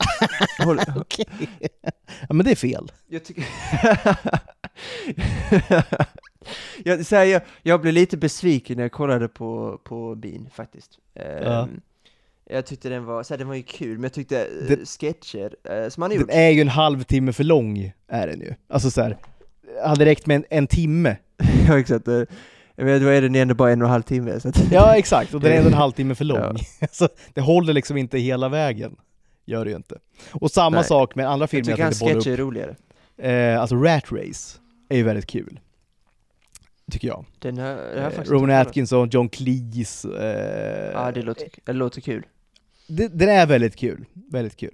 Okej. Ja, men det är fel. Jag tycker... jag blev lite besviken när jag kollade på Bean faktiskt. Jag tyckte den var ju kul, men jag tyckte sketcher som han gjort. Den är ju en halvtimme för lång är den ju. Alltså så här, hade räckt med en timme. Ja, exakt. Jag vet, då är den ändå bara 1,5 timme. Så att... Ja, exakt. Och den är ändå en halvtimme för lång. Ja. Så det håller liksom inte hela vägen. Gör det ju inte. Och samma sak med andra filmer. Jag tycker hans sketcher är roligare. Alltså Rat Race är ju väldigt kul. Tycker jag. Den har Rowan Atkinson, John Cleese. Ja, det låter kul. Den är väldigt kul. Väldigt kul.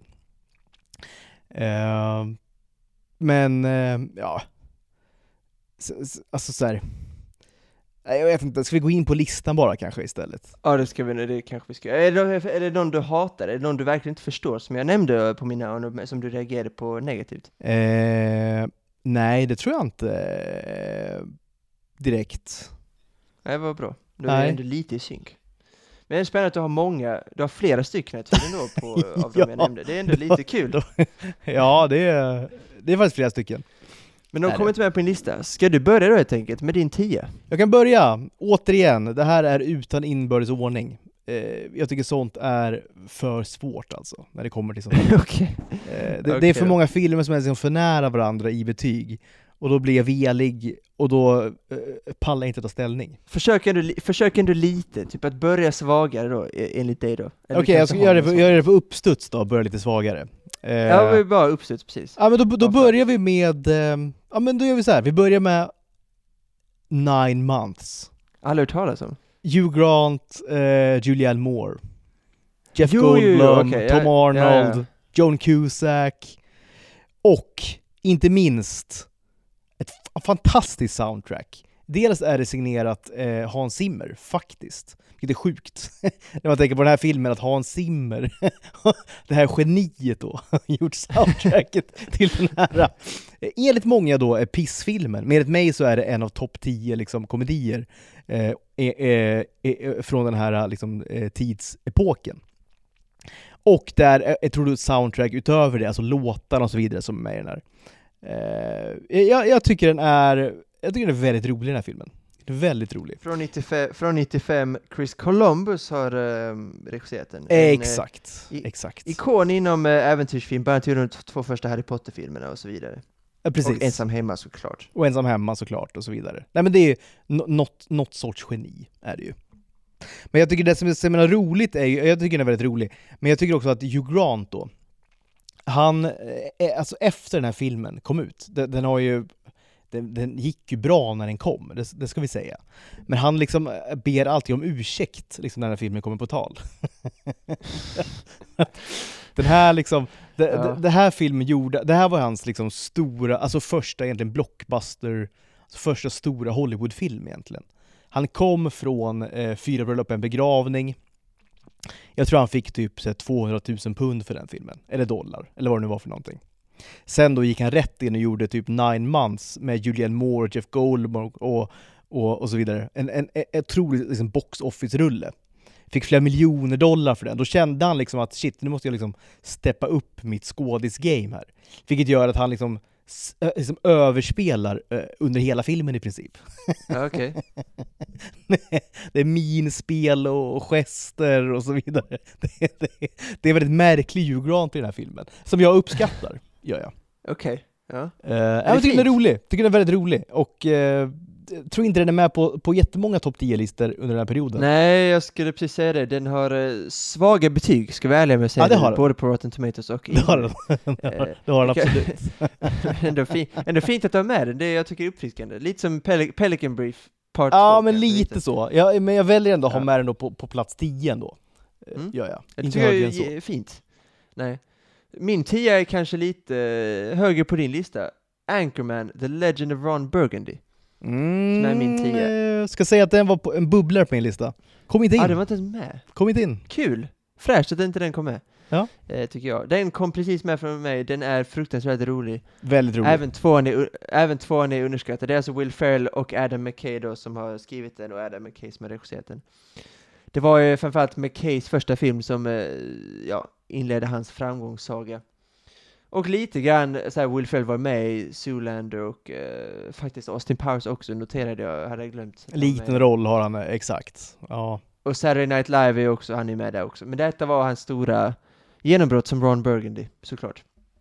Men ja. Alltså så här. Jag vet inte, ska vi gå in på listan bara kanske istället? Ja, det kanske vi ska. Är det någon du hatar? Är det någon du verkligen inte förstår som jag nämnde på mina, som du reagerade på negativt? Nej, det tror jag inte direkt. Nej, vad bra. Då är det ändå lite i synk. Men det är spännande att du har flera stycken tydligen då av dem jag nämnde. Det är ändå lite kul. Ja, det är faktiskt flera stycken. Men de kommer inte med på din lista. Ska du börja då helt enkelt med din 10? Jag kan börja. Återigen, det här är utan inbördes ordning. Jag tycker sånt är för svårt alltså, när det kommer till sånt här. Okay. Det är för många filmer som är liksom för nära varandra i betyg. Och då blir jag velig och då pallar jag inte ta ställning. Försök ändå lite, typ att börja svagare då, enligt dig då. Okej, jag ska göra det på uppstuds då, börja lite svagare. Ja, vi bara uppstuds precis. Ja, men då börjar vi med... ja, men då gör vi så här. Vi börjar med 9 Months. Alla hört talas om. Hugh Grant, Julianne Moore, Jeff Jo, Goldblum, okej, Tom Arnold, ja. John Cusack och inte minst ett fantastiskt soundtrack. Dels är det signerat Hans Zimmer, faktiskt. Vilket är sjukt. När man tänker på den här filmen, att Hans Zimmer, det här geniet då, gjort soundtracket till den här. Enligt många då är pissfilmen, men enligt mig så är det en av topp 10 liksom, komedier från den här liksom, tidsepoken. Och där jag tror du soundtrack utöver det, alltså låtarna och så vidare som är med i den här. Jag tycker den är väldigt rolig, den här filmen. Väldigt rolig. Från 95 Chris Columbus har regisserat den. Exakt. Ikon inom äventyrsfilm, början till de 2 första Harry Potter-filmerna och så vidare. Precis. Och Ensam hemma såklart. Och så vidare. Nej, men det är något sorts geni är det ju. Men jag tycker det som är så roligt är ju, jag tycker den är väldigt rolig, men jag tycker också att Hugh Grant då, han, alltså efter den här filmen kom ut, den gick ju bra när den kom, det ska vi säga. Men han liksom ber alltid om ursäkt liksom, när den här filmen kommer på tal. Den här liksom, det här filmen gjorde, det här var hans liksom stora, alltså första egentligen blockbuster, alltså första stora Hollywoodfilm egentligen. Han kom från 4 bröllop en begravning. Jag tror han fick typ 200 000 pund för den filmen. Eller dollar. Eller vad det nu var för någonting. Sen då gick han rätt in och gjorde typ 9 Months med Julianne Moore, Jeff Goldblum och så vidare. En otrolig liksom, box office-rulle. Fick flera miljoner dollar för den. Då kände han liksom att shit, nu måste jag liksom steppa upp mitt skådis-game här. Vilket gör att han liksom överspelar under hela filmen i princip. Ja, okej. Det är minspel och gester och så vidare. Det är väldigt märklig Hugh Grant i den här filmen. Som jag uppskattar, gör jag. Okej, ja. Jag tycker den är rolig. Tycker den är väldigt rolig. Och tror inte den är med på jättemånga topp 10-listor under den här perioden. Nej, jag skulle precis säga det. Den har svaga betyg, ska vi ärliga med att säga. Ja, det har den. Både på Rotten Tomatoes och... Det har den absolut. ändå fint att du har med den. Det jag tycker är uppfriskande. Lite som Pelican Brief Part 2. Ja, men lite så. Men jag väljer ändå att ha med den då på plats 10 ändå. Gör jag. Det tycker jag är fint. Nej. Min 10 är kanske lite högre på din lista. Anchorman, The Legend of Ron Burgundy. Som är min 10. Ska säga att den var en bubblare på min lista. Kom inte in. Ja, den var inte ens med. Kom inte in. Kul. Fräscht att inte den kom med. Ja. Tycker jag. Den kom precis med från mig. Den är fruktansvärt rolig. Väldigt rolig. Även tvåan är underskattad. Det är alltså Will Ferrell och Adam McKay då, som har skrivit den, och Adam McKay som har regisserat den. Det var ju framförallt McKays första film som inledde hans framgångssaga. Och lite grann så här, Will Ferrell var med i Zoolander och faktiskt Austin Powers också, noterade jag, hade jag glömt. Liten roll har han, exakt. Ja. Och Saturday Night Live är också, han är med där också. Men detta var hans stora genombrott som Ron Burgundy, såklart.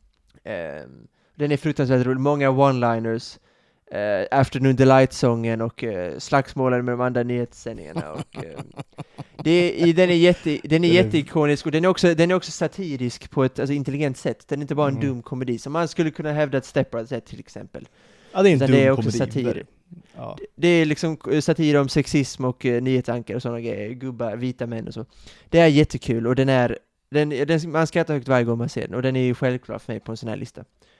Den är fruktansvärt rolig, många one-liners, Afternoon Delight-sången och slagsmålen med de andra nyhetssändningarna. Och, den är jätteikonisk, och den är också satirisk på ett intelligent sätt. Den är inte bara en dum komedi som man skulle kunna hävda att Step Brothers är till exempel. Ja, det är en dum det är också komedi. satir. Ja. Det är liksom satir om sexism och nyhetsankar och sådana grejer, gubbar, vita män och så. Det är jättekul, och man skrattar högt varje gång man ser den, och den är ju självklart för mig på en sån här lista.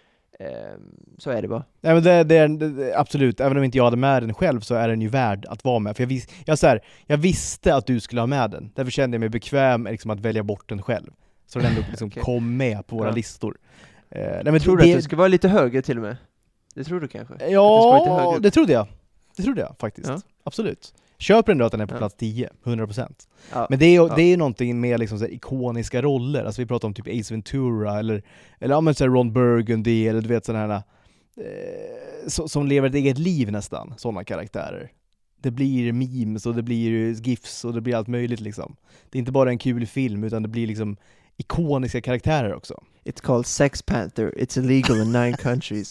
Så är det bara. Nej, men det är absolut, även om inte jag hade med den själv så är den ju värd att vara med. För jag visste att du skulle ha med den. Därför kände jag mig bekväm liksom, att välja bort den själv. Så den ändå liksom kom med på våra listor. Nej, men tror du att det ska vara lite högre till och med? Det tror du kanske? Ja, det trodde jag. Det trodde jag faktiskt. Ja. Absolut. Köper den då att den är på plats 10, 100%. Ja. Men det är ju någonting med liksom så här ikoniska roller. Alltså vi pratar om typ Ace Ventura eller så här Ron Burgundy, eller du vet sådana här som lever ett eget liv nästan, sådana karaktärer. Det blir memes och det blir gifs och det blir allt möjligt liksom. Det är inte bara en kul film, utan det blir liksom ikoniska karaktärer också. It's called Sex Panther. It's illegal in 9 countries.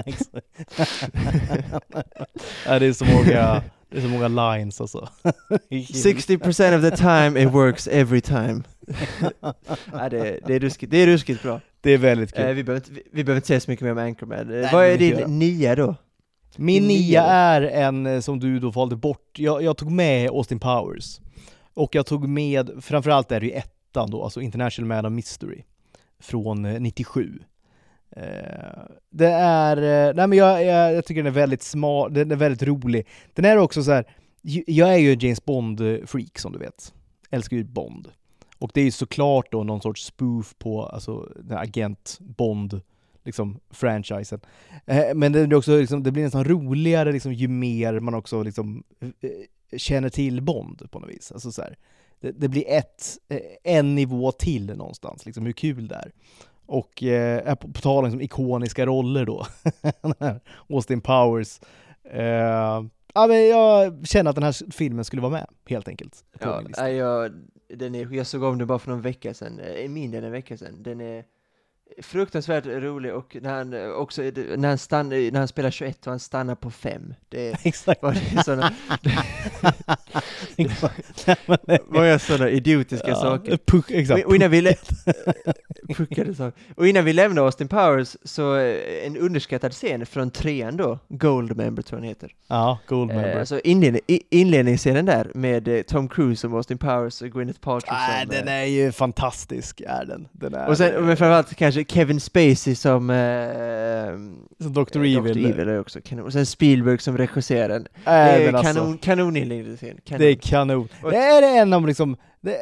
Ja, det är så många lines alltså. 60% of the time it works every time. Ja, det är ruskigt bra. Det är väldigt kul. Vi behöver inte säga så mycket mer om Anchorman. Nej, Vad är det vill din jag. 9 då? Min Din 9 nia. är en som du då valde bort. Jag tog med Austin Powers. Och jag tog med, framförallt är det ju ettan då, alltså International Man of Mystery från 97. Det är, nej men jag tycker den är väldigt smart, den är väldigt rolig. Den är också så här, jag är ju en James Bond-freak som du vet. Älskar ju Bond. Och det är ju såklart då någon sorts spoof på alltså den agent Bond liksom franchisen. Men det är också liksom, det blir nästan roligare liksom ju mer man också liksom känner till Bond på något vis. Alltså så här, det blir en nivå till någonstans liksom hur kul det är. Och på tal om liksom ikoniska roller då. Austin Powers. Ja, men jag känner att den här filmen skulle vara med helt enkelt. Ja, jag såg om den bara för någon vecka sedan, mindre än en vecka sedan. Den är fruktansvärt rolig och när han spelar 21 och han stannar på 5. Det Exakt. var sådana många sådana idiotiska saker. Exakt. Och innan vi lämnar Austin Powers så en underskattad scen från 3:an då, Goldmember tror jag han heter. Ja, Goldmember. Alltså inledningsscenen där med Tom Cruise och Austin Powers och Gwyneth Paltrow den är ju fantastisk, är den är, och sen men framförallt kanske Kevin Spacey som Dr. Evil är också kanon. Och sen Spielberg som regisseraren. Det är kanon inledningsscen. Det är kanon. Det är en av liksom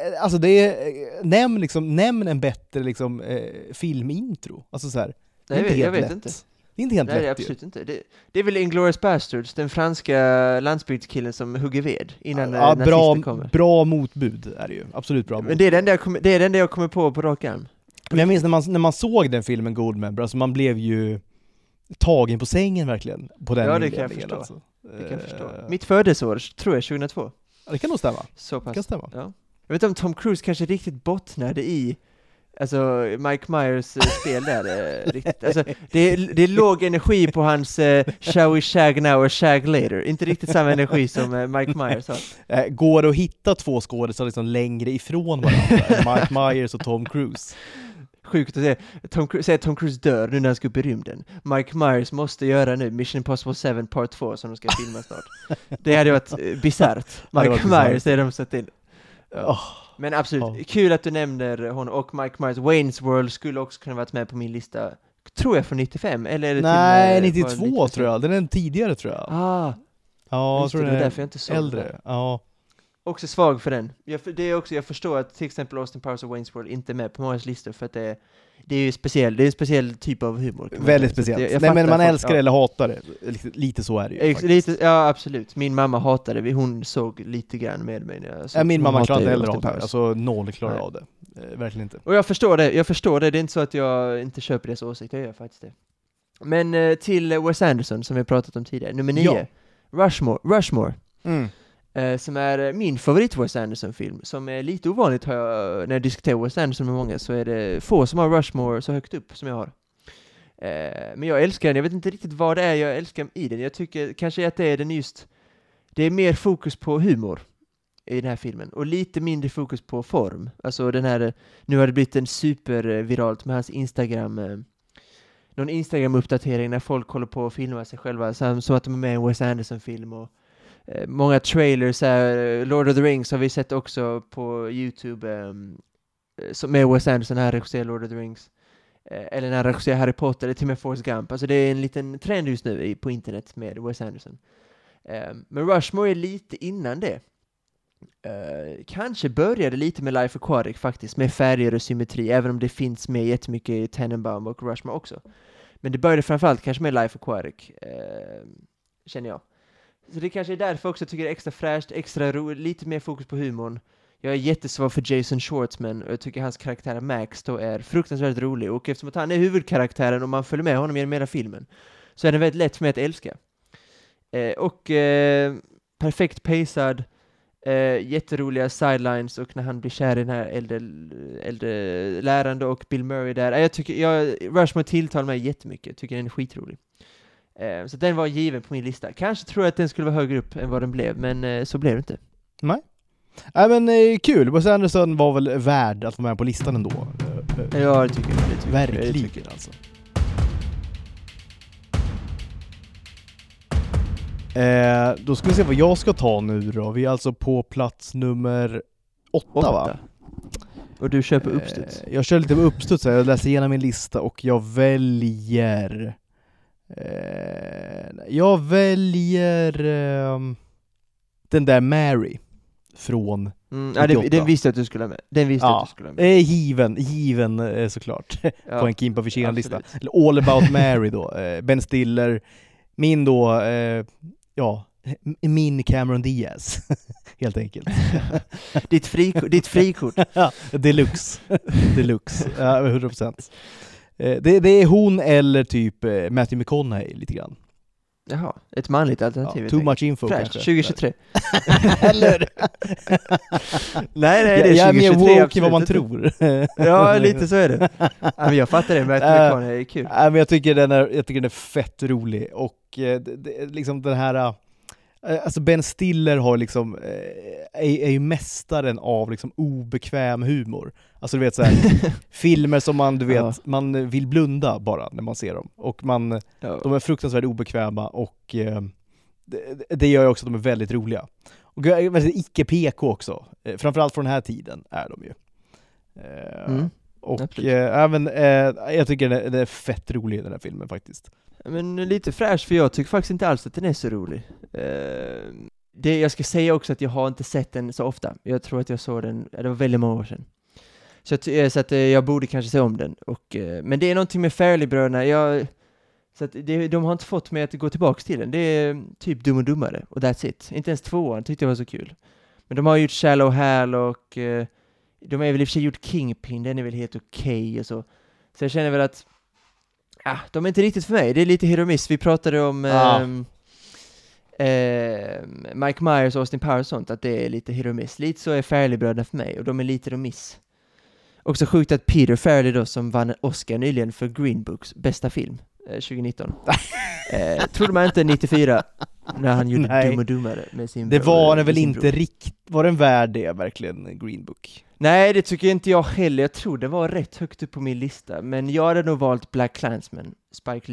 nämn en bättre liksom filmintro. Alltså så här. Jag vet inte. Det är inte helt lätt. Nej, absolut inte. Det är väl Inglourious Basterds, den franska landsbygdskillen som hugger ved innan nazister kommer. Bra motbud är det ju. Absolut bra motbud. Men det är den där jag kommer på rak arm. Men jag minns när man såg den filmen Goldmember, alltså man blev ju tagen på sängen verkligen på den. Ja, det kan jag förstå. Alltså. Det kan jag förstå. Mitt födelseår tror jag 2002. Ja, det kan nog stämma. Så pass. Det kan stämma. Ja. Jag vet inte om Tom Cruise kanske riktigt bottnade i alltså Mike Myers spel där riktigt. Alltså det är låg energi på hans shall we shag now or shag later. Inte riktigt samma energi som Mike Myers har. Går det att hitta två skådespelare liksom längre ifrån varandra? Mike Myers och Tom Cruise. Sjukt att säga Tom Cruise dör nu när han ska upp i rymden. Mike Myers måste göra nu Mission Impossible 7 Part 2 som de ska filma snart. Det hade varit bisarrt. Mike Myers är de satt till. Ja. Men absolut, kul att du nämner honom och Mike Myers. Wayne's World skulle också kunna varit med på min lista. Tror jag från 95 eller är det nej, 92 tror jag. Den är tidigare tror jag. Ja, jag tror det är därför jag inte såg äldre. Det. Ja. Också svag för den. Jag förstår att till exempel Austin Powers och Wayne's World inte är med på många listor för att det är ju speciell. Det är en speciell typ av humor. Väldigt speciellt. Nej, men man älskar det eller hatar det. Lite så är det ju. Ja, absolut. Min mamma hatade det. Hon såg lite grann med mig. Min mamma klarar inte heller av det. Alltså noll klarar av det. Verkligen inte. Och jag förstår det. Det är inte så att jag inte köper deras åsikt. Jag gör faktiskt det. Men till Wes Anderson som vi har pratat om tidigare. Nummer 9. Ja. Rushmore. Som är min favorit Wes Anderson-film. Som är lite ovanligt när jag diskuterar Wes Anderson med många, så är det få som har Rushmore så högt upp som jag har. Men jag älskar den. Jag vet inte riktigt vad det är jag älskar i den. Jag tycker kanske att det är mer fokus på humor i den här filmen. Och lite mindre fokus på form. Alltså nu har det blivit en superviralt med hans Instagram. Någon Instagram-uppdatering när folk håller på att filma sig själva. Som att de är med i en Wes Anderson-film och många trailers här. Lord of the Rings har vi sett också på YouTube med Wes Anderson här regisserar Lord of the Rings eller när han regisserar Harry Potter eller till och med Forrest Gump. Alltså det är en liten trend just nu på internet med Wes Anderson. Men Rushmore är lite innan det. Kanske började lite med Life Aquatic faktiskt, med färger och symmetri, även om det finns med jättemycket i Tenenbaum och Rushmore också. Men det började framförallt kanske med Life Aquatic, känner jag. Så det kanske är därför också jag tycker det är extra fräscht, extra roligt, lite mer fokus på humorn. Jag är jättesvår för Jason Schwartzman och jag tycker hans karaktär Max då är fruktansvärt rolig. Och eftersom att han är huvudkaraktären och man följer med honom genom hela filmen så är det väldigt lätt för mig att älska. Perfekt pacad, jätteroliga sidelines och när han blir kär i den här äldre lärande och Bill Murray där. Rushmore tilltalar mig jättemycket. Jag tycker den är skitrolig. Så den var given på min lista. Kanske tror jag att den skulle vara högre upp än vad den blev, men så blev det inte. Nej. Nej men kul, Wes Anderson var väl värd att vara med på listan ändå. Ja, det tycker jag. Verkligen alltså. Då ska vi se vad jag ska ta nu då. Vi är alltså på plats nummer 8 va? Och du köper uppstuds? Jag kör lite på uppstuds här. Jag läser igenom min lista och jag väljer den där Mary från den visste att du skulle ha med. Den visste att du skulle ha med. Given såklart. På en Kimpa Wirsén-lista. Eller All About Mary då. Ben Stiller. Min då, min Cameron Diaz. Helt enkelt. ditt frikort. Ja, deluxe. Ja, 100%. Det är hon eller typ Matthew McConaughey lite grann. Jaha, ett manligt alternativ. Ja, too much info Fresh, kanske. 2023. Eller? nej, det är 2023. Jag är woke vad man tror. Ja, lite så är det. Men jag fattar det, Matthew McConaughey är kul. Men jag tycker den är fett rolig. Och liksom den här... Alltså Ben Stiller har liksom är ju mästaren av liksom obekväm humor. Alltså du vet så här filmer som man man vill blunda bara när man ser dem och de är fruktansvärt obekväma och det gör ju också att de är väldigt roliga. Och väldigt icke PK också. Framförallt från den här tiden är de ju. Och även jag tycker den är fett rolig den här filmen faktiskt. Men lite fräsch, för jag tycker faktiskt inte alls att den är så rolig. Jag ska säga också att jag har inte sett den så ofta. Jag tror att jag såg den, det var väldigt många år sedan. Så att jag borde kanske se om den. Men det är någonting med Farrelly-bröderna. De har inte fått mig att gå tillbaka till den. Det är typ Dum och Dummare, och that's it. Inte ens 2:an tyckte jag var så kul. Men de har gjort Shallow Hal och de har väl i och för sig gjort Kingpin, den är väl helt okej och så. Så jag känner väl att de är inte riktigt för mig. Det är lite hit och miss. Vi pratade om Mike Myers och Austin Powers och sånt, att det är lite hit och miss. Lite så är Farrelly-bröderna för mig, och de är lite hit och miss. Också sjukt att Peter Farrelly då, som vann Oscar nyligen för Green Books, bästa film 2019. Trodde man inte 94 när han gjorde Dum och Dummare med sin det var det väl inte riktigt. Var den värd det verkligen, Green Book? Nej, det tycker inte jag heller. Jag tror det var rätt högt upp på min lista. Men jag hade nog valt Black Klansman, Spike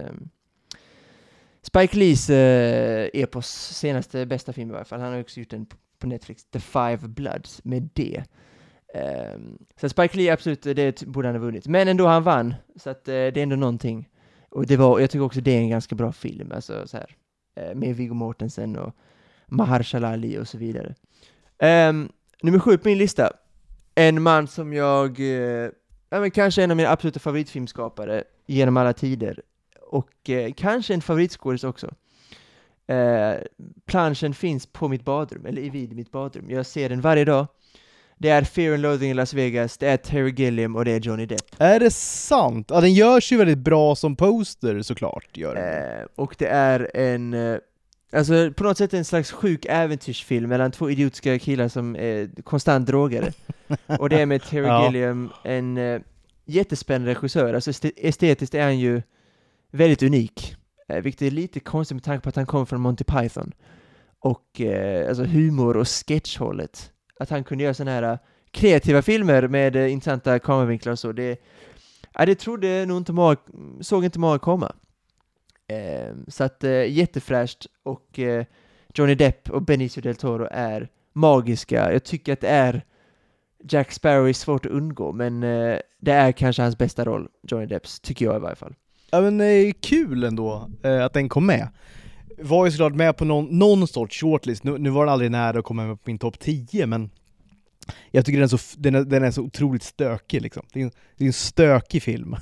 Lees epos senaste bästa film i varje fall. Han har också gjort den på Netflix, The Five Bloods, med det. Så Spike Lee, absolut, det borde han ha vunnit. Men ändå han vann, så att det är ändå någonting. Och jag tycker också det är en ganska bra film, alltså så här, med Viggo Mortensen och Mahershala Ali och så vidare. Nummer 7 på min lista. En man som kanske en av mina absoluta favoritfilmskapare genom alla tider. Och kanske en favoritskådis också. Planschen finns på mitt badrum, eller vid mitt badrum. Jag ser den varje dag. Det är Fear and Loathing i Las Vegas, det är Terry Gilliam och det är Johnny Depp. Är det sant? Ja, den görs ju väldigt bra som poster såklart. Och det är alltså på något sätt en slags sjuk äventyrsfilm mellan två idiotiska killar som är konstant drogade. Och det är med Terry Gilliam, en jättespännande regissör. Alltså estetiskt är han ju väldigt unik. Vilket är lite konstigt med tanke på att han kommer från Monty Python. Och alltså humor och sketchhållet. Att han kunde göra såna här kreativa filmer med intressanta kameravinklar och så. Det trodde nog inte såg inte många komma. Så att jättefräscht, och Johnny Depp och Benicio del Toro är magiska. Jag tycker att det är Jack Sparrow är svårt att undgå, men det är kanske hans bästa roll, Johnny Depps, tycker jag i varje fall. Ja, men det är kul ändå att den kom med. Var ju såklart med på någon sorts shortlist. Nu var den aldrig nära att komma med på min topp 10, men jag tycker den är så otroligt stökig liksom. Det är en stökig film.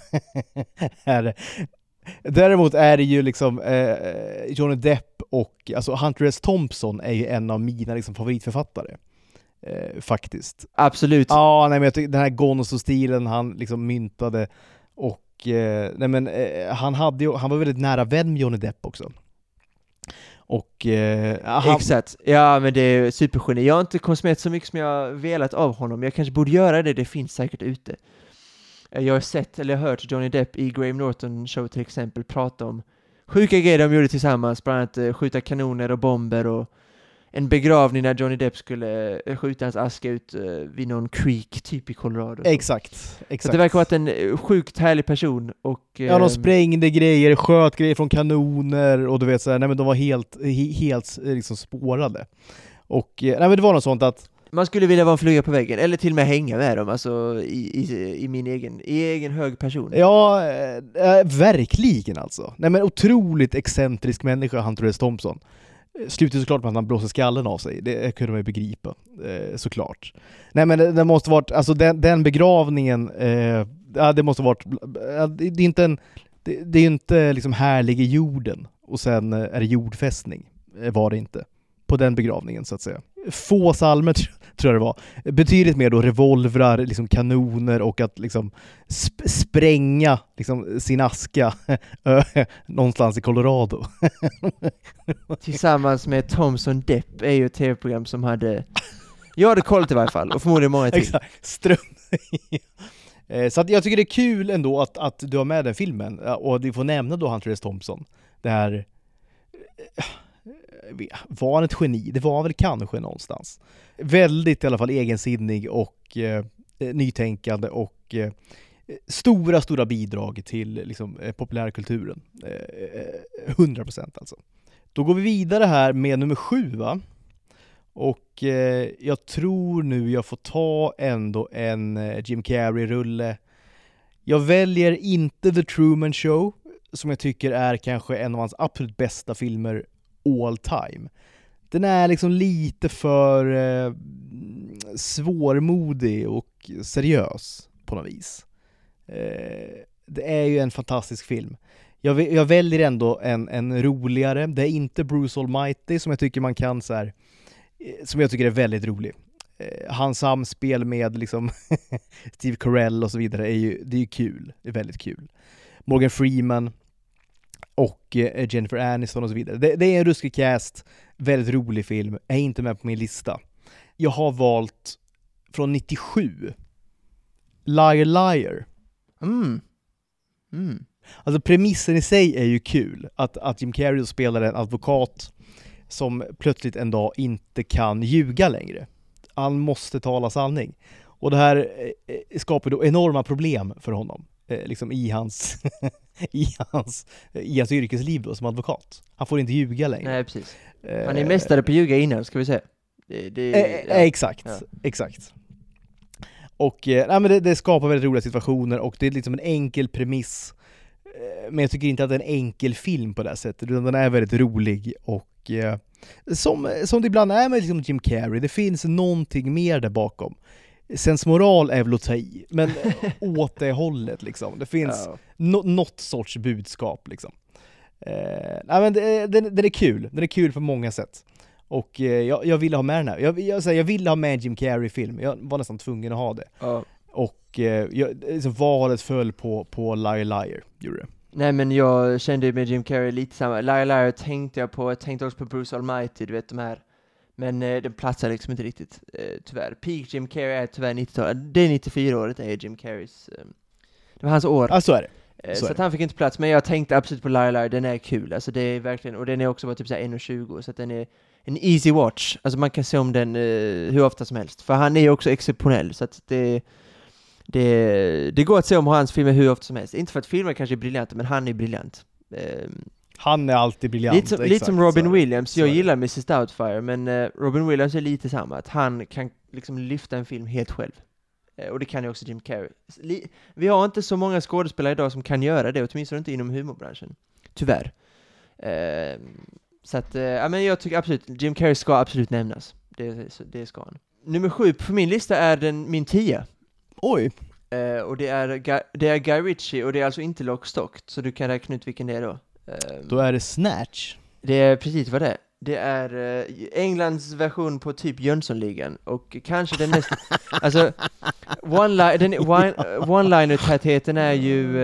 Däremot är det ju liksom Johnny Depp och alltså Hunter S. Thompson är ju en av mina liksom favoritförfattare. Faktiskt. Absolut. Ja, nej, men jag tycker den här Gonzo-stilen han liksom myntade, och han var väldigt nära vän med Johnny Depp också. Och exakt. Ja, men det är supergeni. Jag har inte konsumerat så mycket som jag velat av honom. Jag kanske borde göra det finns säkert ute. Jag har sett eller hört Johnny Depp i Graham Norton show till exempel prata om sjuka grejer de gjorde tillsammans, bland annat skjuta kanoner och bomber och en begravning när Johnny Depp skulle skjuta hans aska ut vid någon creek typ i Colorado. Exakt. Så det verkar ha varit en sjukt härlig person. Och, ja, de sprängde grejer, sköt grejer från kanoner och du vet såhär, nej men de var helt liksom spårade. Och nej men det var något sånt att man skulle vilja vara en fluga på väggen, eller till och med hänga med dem, alltså i min egen hög person. Ja, verkligen alltså. Nej men otroligt excentrisk människa, Hunter S. Thompson. Slutar såklart med att han blåser skallen av sig. Det kunde man ju begripa, såklart. Nej men det måste varit, alltså den begravningen, det måste varit, det är inte liksom härlig i jorden och sen är det jordfästning, var det inte. På den begravningen så att säga. Få salmer tror jag det var. Betydligt mer då revolvrar, liksom kanoner och att liksom spränga liksom sin aska någonstans i Colorado. Tillsammans med Thompson Depp är ju ett tv-program som hade... Jag hade kollat i varje fall, och förmodligen många till. Exakt, så att jag tycker det är kul ändå att du har med den filmen, och vi får nämna då Hunter S. Thompson. Det här... Var han ett geni? Det var väl kanske någonstans. Väldigt i alla fall egensinnig och nytänkande och stora bidrag till liksom, populärkulturen. 100% alltså. Då går vi vidare här med nummer 7, va? Och jag tror nu jag får ta ändå en Jim Carrey-rulle. Jag väljer inte The Truman Show, som jag tycker är kanske en av hans absolut bästa filmer all time. Den är liksom lite för svårmodig och seriös på något vis. Det är ju en fantastisk film. Jag väljer ändå en roligare. Det är inte Bruce Almighty som jag tycker man kan så här, som jag tycker är väldigt rolig. Hans samspel med liksom Steve Carell och så vidare det är ju kul. Det är väldigt kul. Morgan Freeman och Jennifer Aniston och så vidare. Det är en ruskig cast, väldigt rolig film. Är inte med på min lista. Jag har valt från 97 Liar Liar. Alltså premissen i sig är ju kul. Att Jim Carrey spelar en advokat som plötsligt en dag inte kan ljuga längre. Han måste tala sanning. Och det här skapar då enorma problem för honom. Liksom i hans yrkesliv då, som advokat. Han får inte ljuga längre. Nej, precis. Han är mästare på att ljuga innan, ska vi säga. Exakt. Och men det skapar väldigt roliga situationer och det är liksom en enkel premiss. Men jag tycker inte att det är en enkel film på det här sättet. Den är väldigt rolig och som det ibland är med liksom Jim Carrey. Det finns någonting mer där bakom. Sensmoral är väl att ta i, men åt det hållet liksom. Det finns något sorts budskap liksom. Men den är kul. Den är kul på många sätt. Och jag ville ha med den här. Jag ville ha med en Jim Carrey-film. Jag var nästan tvungen att ha det. Och valet föll på Liar Liar, gjorde det. Nej, men jag kände med Jim Carrey lite samma. Liar Liar tänkte jag på. Jag tänkte också på Bruce Almighty, du vet de här. Men den platsar liksom inte riktigt, tyvärr. Peak Jim Carrey är tyvärr 90-talet. Det är 94-året är Jim Carreys. Det var hans år. Ja, så är det. Så att han fick inte plats. Men jag tänkte absolut på Liar Liar. Den är kul. Alltså det är verkligen, och den är också bara typ 1:20. Så att den är en easy watch. Alltså man kan se om den hur ofta som helst. För han är ju också exceptionell. Så att det går att se om hans filmer hur ofta som helst. Inte för att filmer kanske är briljanta, men han är briljant. Han är alltid briljant. Lite som Robin Williams. Jag gillar Mrs. Doubtfire, men Robin Williams är lite samma. Att han kan liksom lyfta en film helt själv. Och det kan ju också Jim Carrey. Vi har inte så många skådespelare idag som kan göra det, åtminstone inte inom humorbranschen. Tyvärr. Så att, men jag tycker absolut, Jim Carrey ska absolut nämnas. Det ska han. Nummer 7 på min lista är min 10. Oj! Och det är Guy Ritchie, och det är alltså inte Lock, Stock. Så du kan räkna ut vilken det är då. Då är det Snatch. Det är precis vad det är. Det är Englands version på typ Jönssonligan. Och kanske den mest... alltså, one-liner-tätheten är ju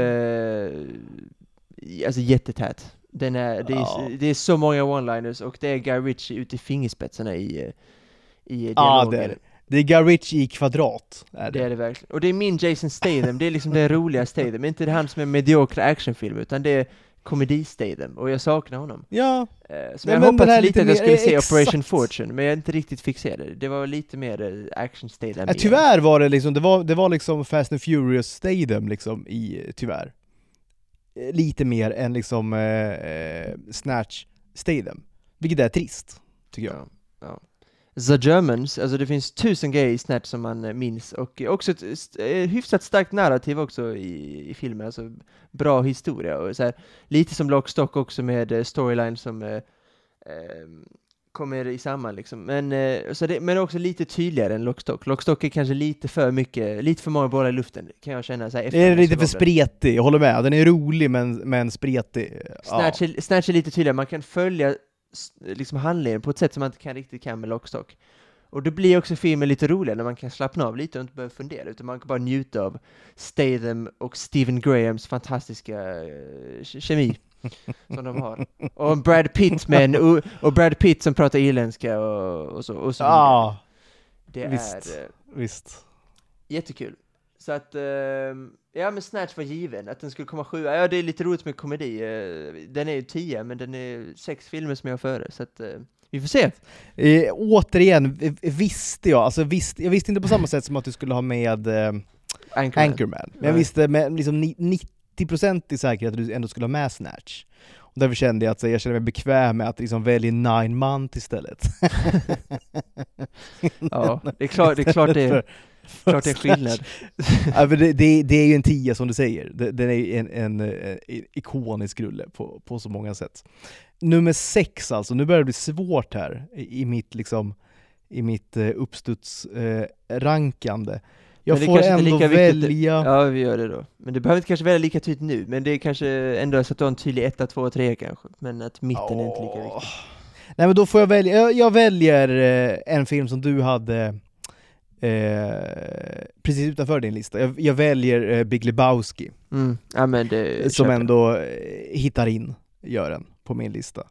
alltså jättetät. Det är så många one-liners, och det är Guy Ritchie ute i fingerspetsarna i dialogen. Det är Guy Ritchie i kvadrat. Det är det verkligen. Och det är min Jason Statham. Det är liksom den roliga Statham. Inte det han som är mediokra actionfilm, utan det är komedi-Statham, och jag saknar honom. Ja. Så jag hoppats lite att jag skulle se Operation Fortune, men jag är inte riktigt fixerad. Det var lite mer action Statham. Tyvärr var det liksom, det var liksom Fast and Furious Statham liksom tyvärr. Lite mer än liksom Snatch Statham. Vilket är trist, tycker jag. Ja. The Germans, alltså det finns 1000 grejer i Snatch som man minns, och också ett hyfsat starkt narrativ också i filmen, alltså bra historia, och så här, lite som Lock, Stock också med storyline som kommer i samman liksom, men också lite tydligare än Lock, Stock. Lock, Stock är kanske lite för många bollar i luften, kan jag känna så här, det är lite för spretig, jag håller med, den är rolig men spretig. Snatch är lite tydligare, man kan följa liksom handlingen på ett sätt som man inte riktigt kan med Lock, Stock. Och det blir också filmen lite roligare när man kan slappna av lite och inte behöver fundera, utan man kan bara njuta av Statham och Stephen Grahams fantastiska kemi som de har. Och Brad Pitt och Brad Pitt som pratar irländska och så. Ja, det visst. Jättekul. Så att ja, men Snatch var given att den skulle komma 7. Ja, det är lite roligt med komedi. Den är ju 10, men den är 6 filmer som jag har före, så att vi får se. Återigen, visste jag. Alltså jag visste inte på samma sätt som att du skulle ha med Anchorman. Men jag visste med liksom 90% i säkerhet att du ändå skulle ha med Snatch. Och därför kände jag att jag kände mig bekväm med att liksom välja 9 month istället. Ja, det är klart det är en skillnad. Ja, det är ju en 10 som du säger. Den är en ikonisk rulle på så många sätt. Nummer 6 alltså. Nu börjar det bli svårt här i mitt uppstudsrankande. Jag får ändå välja... Ja, vi gör det då. Men du behöver inte kanske välja lika tydligt nu. Men det är kanske ändå så att du har en tydlig 1, 2, 3 kanske. Men att mitten är inte lika viktig. Nej, men då får jag välja. Jag väljer en film som du hade precis utanför din lista. Jag väljer Big Lebowski. Ja, men det som ändå hittar in, gör den på min lista.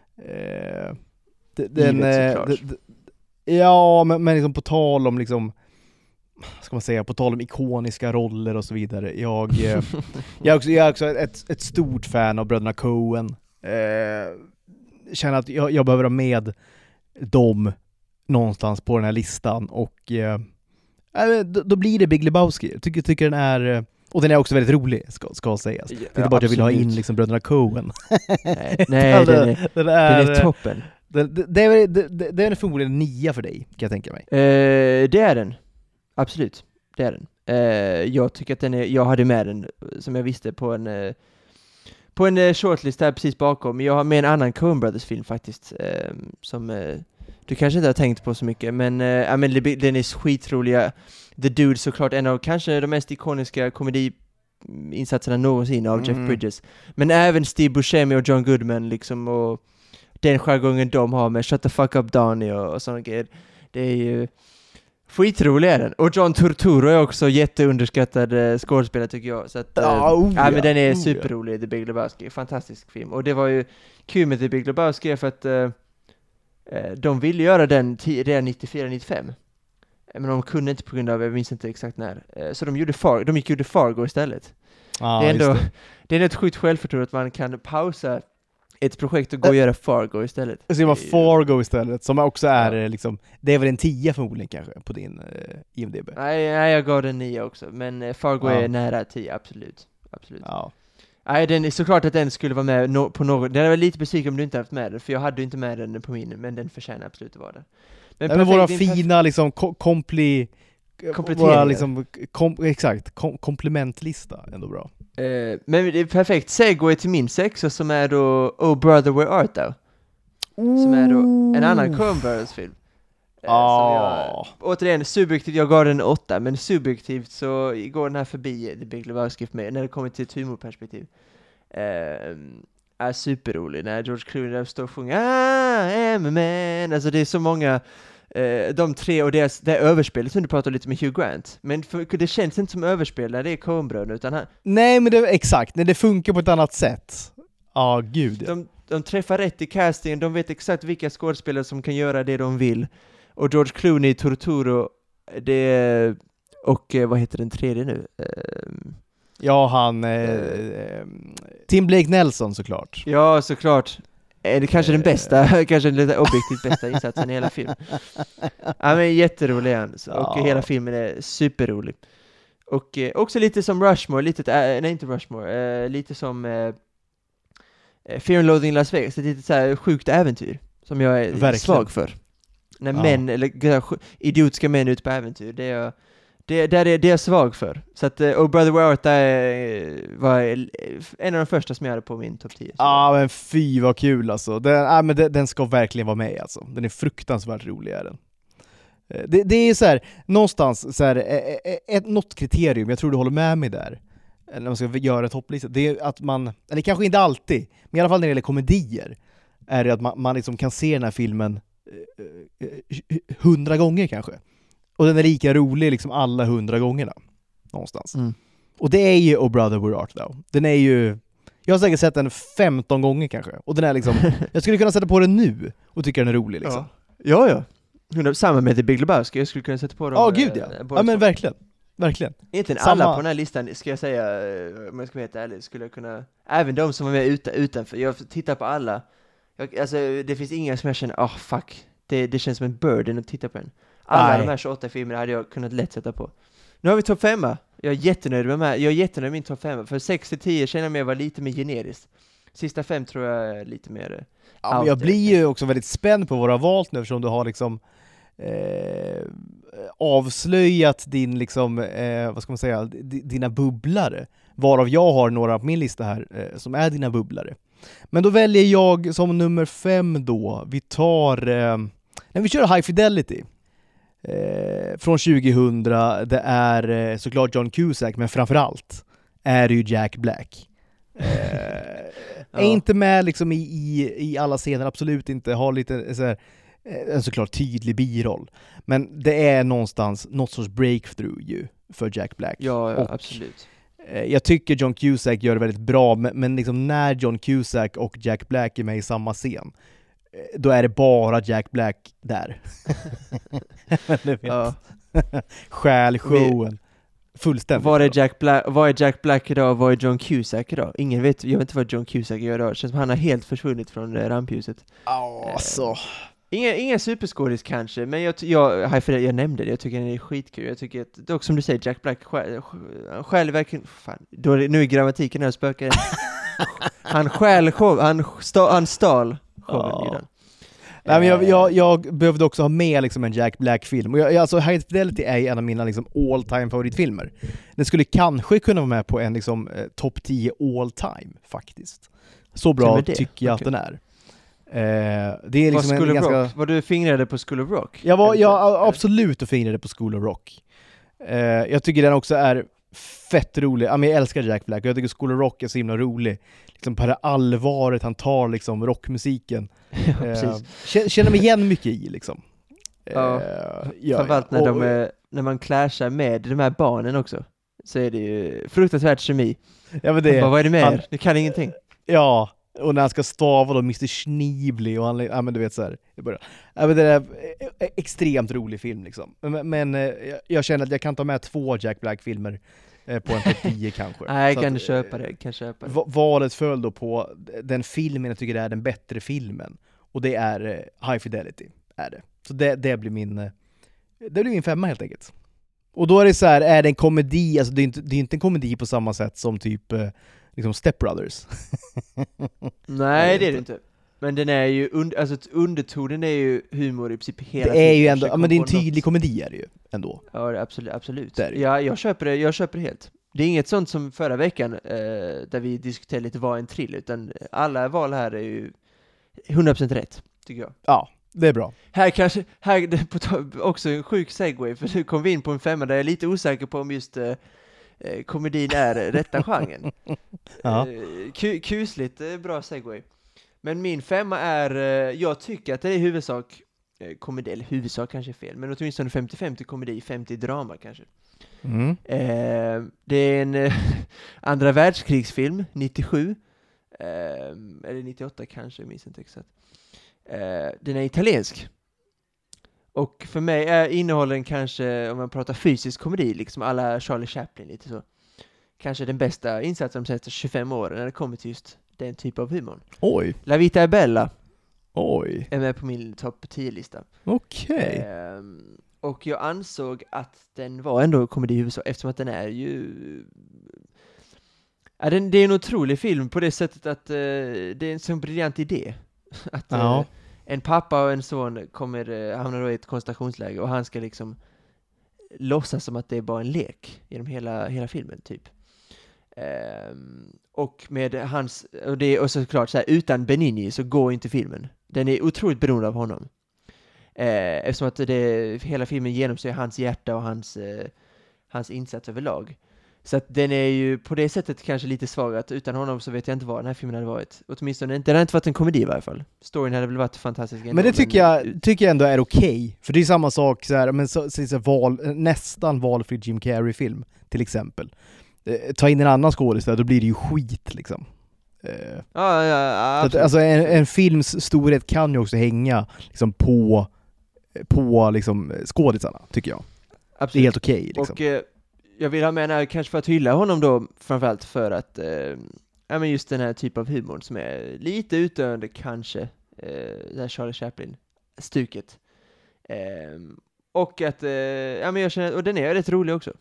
Ja, men liksom på tal om liksom, ska man säga, på tal om ikoniska roller och så vidare. Jag är också ett stort fan av bröderna Coen. Känner att jag behöver ha med dem någonstans på den här listan, och då blir det Big Lebowski. Tycker den är, och den är också väldigt rolig, ska sägas. Det är inte bara att jag vill ha in liksom bröderna Coen. Nej, den är toppen. Det är förmodligen 9 för dig, kan jag tänka mig. Det är den. Absolut, det är den. Jag tycker att jag hade med den, som jag visste, på en shortlist här precis bakom. Jag har med en annan Coen Brothers-film faktiskt, som du kanske inte har tänkt på så mycket, men den är skitroliga. The Dude, såklart en av kanske de mest ikoniska komediinsatserna någonsin av Jeff Bridges. Men även Steve Buscemi och John Goodman liksom, och den jargongen de har med Shut the fuck up Donnie och sådana grejer. Det är ju skitrolig är den. Och John Turturro är också jätteunderskattad skådespelare, tycker jag. Så att, men den är superrolig, The Big Lebowski. Fantastisk film. Och det var ju kul med The Big Lebowski för att de ville göra den redan 94-95. Men de kunde inte på grund av, jag minns inte exakt när. Så de gjorde Fargo istället. Det är ett sjukt självförtroende att man kan pausa ett projekt och gå och göra Fargo istället. Så det var Fargo istället, som också är liksom, det är väl en 10 förmodligen kanske på din IMDb. Nej, jag gav den 9 också, men Fargo är nära 10, absolut. Ja. Nej, den är såklart att den skulle vara med på något. Den är väl lite besviken om du inte haft med den, för jag hade inte med den på min, men den förtjänar absolut att vara där. Men våra fina liksom våra liksom komplementlista ändå bra. Men det är perfekt segue till min 6, som är då Oh Brother Where Art Thou? Som är då en annan Coen Brothers-film. Återigen, subjektivt, jag gav den 8, men subjektivt så går den här förbi The Big Lebowski för mig, när det kommer till ett humorperspektiv. Är superrolig när George Clooney där står och sjunger I'm a man. Alltså det är så många de tre, och det överspelet som du pratade lite med Hugh Grant, men det känns inte som överspel när det är Coen-bröderna, utan nej, men exakt, när det funkar på ett annat sätt. Gud. De träffar rätt i castingen, de vet exakt vilka skådespelare som kan göra det de vill, och George Clooney, Turturro, och vad heter den tredje nu? Ja, han... Tim Blake Nelson såklart. Ja, såklart. Är det kanske den bästa, kanske den lite objektivt bästa insatsen i hela filmen. Ja, men jätterolig är han. Och hela filmen är superrolig. Och också lite som Rushmore, nej inte Rushmore, lite som Fear and Loathing in Las Vegas, ett litet så här sjukt äventyr som jag är Verkligen svag för. När män, eller idiotiska män ut på äventyr, det är jag svag för. Så att Oh Brother Where Art var en av de första som jag hade på min topp 10. Men fy vad kul alltså. Den ska verkligen vara med alltså. Den är fruktansvärt rolig är den. Det är så här, någonstans så här, något kriterium, jag tror du håller med mig där, när man ska göra en topplista, det är att man, eller kanske inte alltid, men i alla fall när det gäller komedier, är det att man liksom kan se den här filmen 100 gånger kanske. Och den är lika rolig liksom alla 100 gångerna. Någonstans. Och det är ju Oh Brother Where Art Thou. Den är ju... Jag har säkert sett den 15 gånger kanske. Och den är liksom... jag skulle kunna sätta på den nu och tycka den är rolig liksom. Ja. Samma med The Big Lebowski. Jag skulle kunna sätta på dem. Gud ja. Ja men verkligen. Egentligen alla på den här listan, ska jag säga, om jag ska vara helt ärlig, skulle jag kunna... Även de som var med utanför. Jag tittar på alla. Alltså, det finns inga som jag känner, fuck. Det känns som en burden att titta på den. Alla de här 28 filmerna hade jag kunnat lätt sätta på. Nu har vi topp 5. Jag är jättenöjd med min topp 5. För 6-10 känner jag mig var lite mer generiskt. Sista 5 tror jag är lite mer... men jag blir ju också väldigt spänd på vad du har valt nu, eftersom du har liksom avslöjat din liksom, vad ska man säga, dina bubblare. Varav jag har några på min lista här som är dina bubblare. Men då väljer jag som nummer 5 då. Vi tar... vi kör High Fidelity. Från 2000. Det är såklart John Cusack, men framförallt är det ju Jack Black. Är inte med liksom i alla scener, absolut inte. Har lite så här, en såklart tydlig biroll. Men det är någonstans något sorts breakthrough ju för Jack Black. Ja, absolut. Jag tycker John Cusack gör det väldigt bra, men liksom när John Cusack och Jack Black är med i samma scen, då är det bara Jack Black där. Stjäl showen. Fullständigt. Vad är Jack Black idag och vad är John Cusack idag? Jag vet inte vad John Cusack gör idag. Det känns som han har helt försvunnit från rampljuset. Så. Ingen superskådis kanske, men jag nämnde det. Jag tycker den är skitkul. Jag tycker att, dock som du säger, Jack Black stjäl verkligen... Fan, nu är grammatiken här spökar. Han stjäl show, han stal showen i den. Nej, men jag behövde också ha med liksom en Jack Black-film. Och alltså High Fidelity är en av mina liksom all-time favoritfilmer. Den skulle kanske kunna vara med på en liksom, topp 10 all-time faktiskt. Så bra tycker jag att den är. Det är liksom en ganska... Var du fingrade på School of Rock? Jag absolut fingrade på School of Rock. Jag tycker den också är fett rolig. Jag älskar Jack Black och jag tycker School of Rock är så himla rolig. Liksom på det allvaret han tar liksom rockmusiken. Känner mig igen mycket i liksom. Framförallt när man clashar med de här barnen också, så är det ju fruktansvärt kemi. Ja, men vad är det med er? Du kan ingenting. Ja, och när han ska stava då Mr. Schneebly och han, men du vet så här. Det är extremt rolig film liksom. Men jag känner att jag kan ta med 2 Jack Black-filmer på en topp 10 kanske. Nej, kan köpa det. Valet föll då på den filmen jag tycker är den bättre filmen. Och det är High Fidelity. Är det. Så det blir min 5 helt enkelt. Och då är det så här, är det en komedi? Alltså det är inte en komedi på samma sätt som typ liksom Step Brothers. Nej, det är det inte. Men den är ju, undertonen är ju humor i princip hela tiden. Det är ju ändå, men det är en tydlig komedi är det ju ändå. Ja, absolut. Ja, jag köper det helt. Det är inget sånt som förra veckan där vi diskuterade lite vad en trill, utan alla val här är ju 100% rätt, tycker jag. Ja, det är bra. Här också en sjuk segway, för nu kom vi in på en 5 där jag är lite osäker på om just komedin är rätta genren. Ja. Kusligt bra segway. Men min 5 är, jag tycker att det är huvudsak komedi, eller huvudsak kanske är fel, men åtminstone 50-50 komedi, 50 drama kanske. Det är en andra världskrigsfilm, 97, eller 98 kanske, jag minns inte exakt. Den är italiensk. Och för mig innehåller den kanske, om man pratar fysisk komedi, liksom alla Charlie Chaplin lite så. kanske den bästa insatsen de senaste 25 åren när det kommer till just den typ av humor. Oj. La Vita è Bella Oj. är med på min topp 10-lista. Okej. Och jag ansåg att den var ändå komedi i huvudsak, eftersom att den är ju... Ja, det är en otrolig film på det sättet att det är en sån briljant idé. Att en pappa och en son hamnar då i ett koncentrationsläge och han ska liksom låtsas som att det är bara en lek genom hela filmen, typ. Och med hans... Och såklart, så här, utan Benigni så går inte filmen. Den är otroligt beroende av honom. Eftersom att hela filmen genomsyrar hans hjärta och hans insats överlag. Så att den är ju på det sättet kanske lite svag, att utan honom så vet jag inte vad den här filmen hade varit. Åtminstone den hade inte varit en komedi i varje fall. Storyn hade väl varit fantastisk ändå, men det tycker jag ändå är okej. För det är samma sak så här, men nästan valfri Jim Carrey-film till exempel. Ta in en annan skådespelare, då blir det ju skit liksom. Alltså en films storhet kan ju också hänga liksom på liksom skådisarna, tycker jag. Absolut. Det är helt okej liksom. Och jag vill ha med den här kanske för att hylla honom då, framförallt för att men just den här typ av humor som är lite utdöende kanske, det här Charlie Chaplin-stuket. Och att men jag känner, och den är rätt rolig också.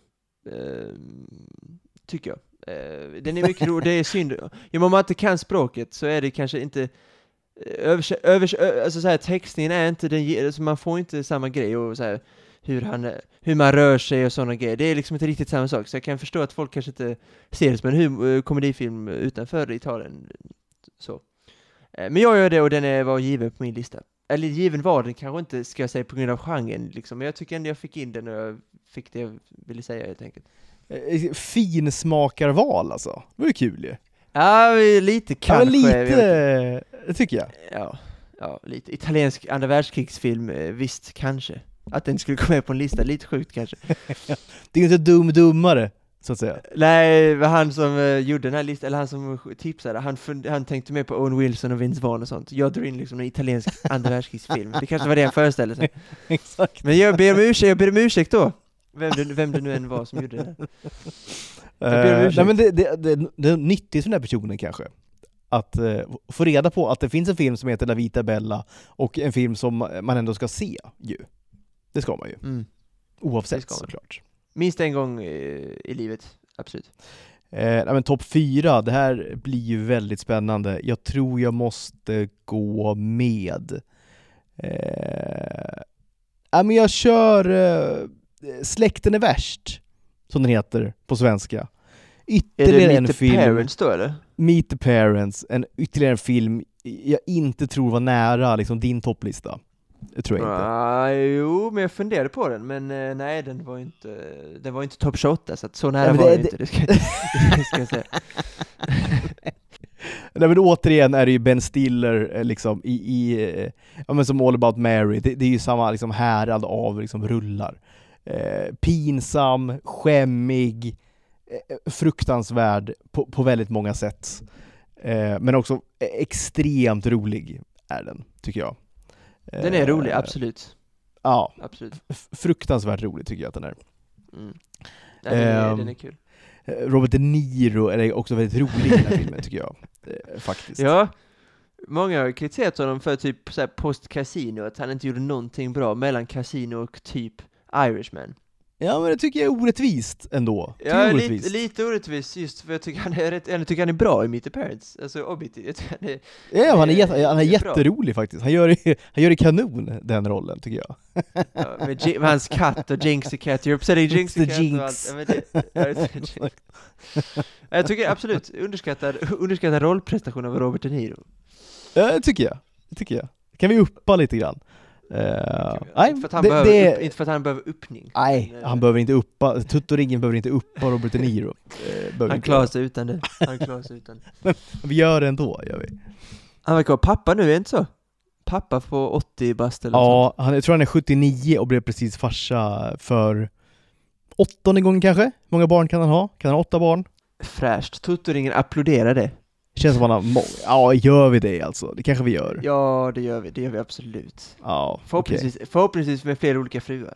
Tycker jag. Den är mycket rolig, det är synd. Om man inte kan språket så är det kanske inte alltså så här, textningen är inte den, alltså man får inte samma grej och så här, hur man rör sig och sådana grejer. Det är liksom inte riktigt samma sak. Så jag kan förstå att folk kanske inte ser det som en komedifilm utanför Italien. Så. Men jag gör det, och den var given på min lista. Eller given var den kanske inte, ska jag säga, på grund av genren liksom. Men jag tycker ändå jag fick in den och jag fick det jag ville säga helt enkelt. Finsmakarval alltså. Det var ju kul ju. Ja, lite kanske. Ja, lite, det tycker jag. Ja, lite. Italiensk andra världskrigsfilm, visst, kanske. Att den skulle komma med på en lista, lite sjukt kanske. Det är inte dummare, så att säga. Nej, han som gjorde den här listan, eller han som tipsade, han tänkte mer på Owen Wilson och Vince Vaughn och sånt. Jag drar in liksom en italiensk andra världskrigsfilm. Det kanske var det han föreställde sig. Exakt. Men jag ber om ursäkt då. Vem det nu än var som gjorde det. Nej, men det är nyttigt för den här personen kanske. Att få reda på att det finns en film som heter La Vita Bella och en film som man ändå ska se ju. Det ska man ju. Oavsett, såklart. Minst en gång i livet, absolut. Men topp 4, det här blir ju väldigt spännande. Jag tror jag måste gå med. Men jag kör Släkten är värst, som den heter på svenska. Ytterligare en film. Meet the Parents då, eller? Meet the Parents, ytterligare en film jag inte tror var nära liksom din topplista. Det tror jag inte. Jo, men jag funderade på den, men nej, den var inte topp 28, så att så nära var det inte. Det ska jag säga. Nej, men återigen är det ju Ben Stiller liksom men som All About Mary. Det är ju samma liksom härad av liksom rullar. Pinsam, skämmig, fruktansvärd på väldigt många sätt. Men också extremt rolig är den, tycker jag. Den är rolig, absolut. Ja, absolut. Fruktansvärt rolig tycker jag att den är. Den är kul. Robert De Niro är också väldigt rolig i den här filmen, tycker jag. Faktiskt. Ja, många har kritiserat honom för typ så här post-Casino, att han inte gjorde någonting bra mellan Casino och typ Irishman. Ja, men det tycker jag är orättvist ändå. Ja, lite orättvist, just för jag tycker han är bra i Meet the Parents. Alltså objektivt. Han är jätterolig faktiskt. Han gör det kanon, den rollen, tycker jag. Ja, med hans katt och Jinx the Cat. You're upsetting Jinx the Cat och allt. Jag tycker absolut underskattad rollprestation av Robert De Niro. Ja, det tycker jag. Kan vi uppa lite grann? Inte för att han behöver uppning. Nej, han behöver inte uppa. Tuttoringen behöver inte uppa Robert De Niro. Han klarar sig utan det. Men vi gör det ändå, gör vi. Han verkar vara pappa nu, är det inte så? Pappa på 80 bast eller sånt. Jag tror han är 79 och blev precis farsa för 8:e gången kanske. Hur många barn kan han ha? Kan han ha 8 barn? Fräscht. Tuttoringen applåderar det. Känns som han har Ja, gör vi det alltså? Det kanske vi gör. Ja, det gör vi absolut. Ja, förhoppningsvis med flera olika fruar.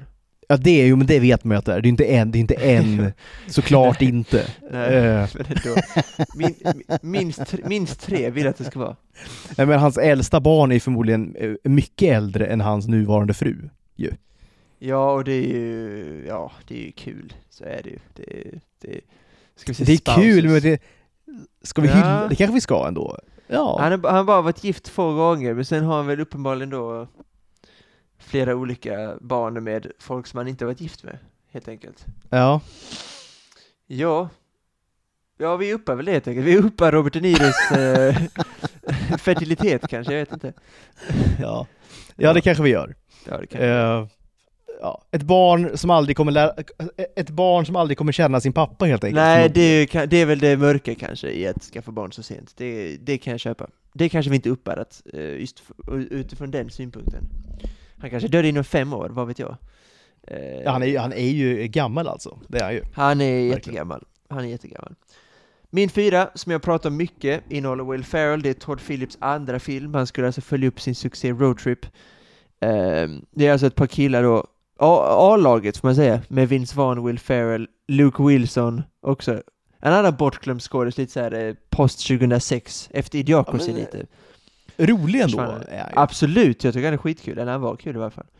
Ja, det är ju, men det vet man ju att det är. Det är inte en såklart inte. Nej, men ändå. Minst 3 vill jag att det ska vara. Nej, men hans äldsta barn är förmodligen mycket äldre än hans nuvarande fru. Ju. Ja, och det är ju kul. Så är det ju. Ska vi se Det är spouses. kul, men det ska vi hylla? Det kanske vi ska ändå. Ja. Han har bara varit gift 2 gånger, men sen har han väl uppenbarligen då flera olika barn med folk som han inte varit gift med, helt enkelt. Ja. Ja, vi uppar väl det helt enkelt. Vi uppar Robert De Niros fertilitet kanske, jag vet inte. Ja, det kanske vi gör. Ja, det kan Ett barn som aldrig kommer känna sin pappa helt enkelt. Nej, det är väl det mörka kanske i att skaffa barn så sent. Det kan jag köpa. Det kanske vi inte uppar just utifrån den synpunkten. Han kanske dör inom 5 år, vad vet jag. Ja, han är ju gammal alltså. Det är han ju. Han är jättegammal. Min 4, som jag pratar om mycket, innehåller Will Ferrell. Det är Todd Phillips andra film. Han skulle alltså följa upp sin succé Road Trip. Det är alltså ett par killar då, A-laget får man säga, med Vince Vaughn, Will Ferrell, Luke Wilson också. En annan bortglömd skådis, lite såhär post 2006, efter Idiocracy lite. Rolig ändå. Ja. Absolut, jag tycker han är skitkul. Han var kul i alla fall.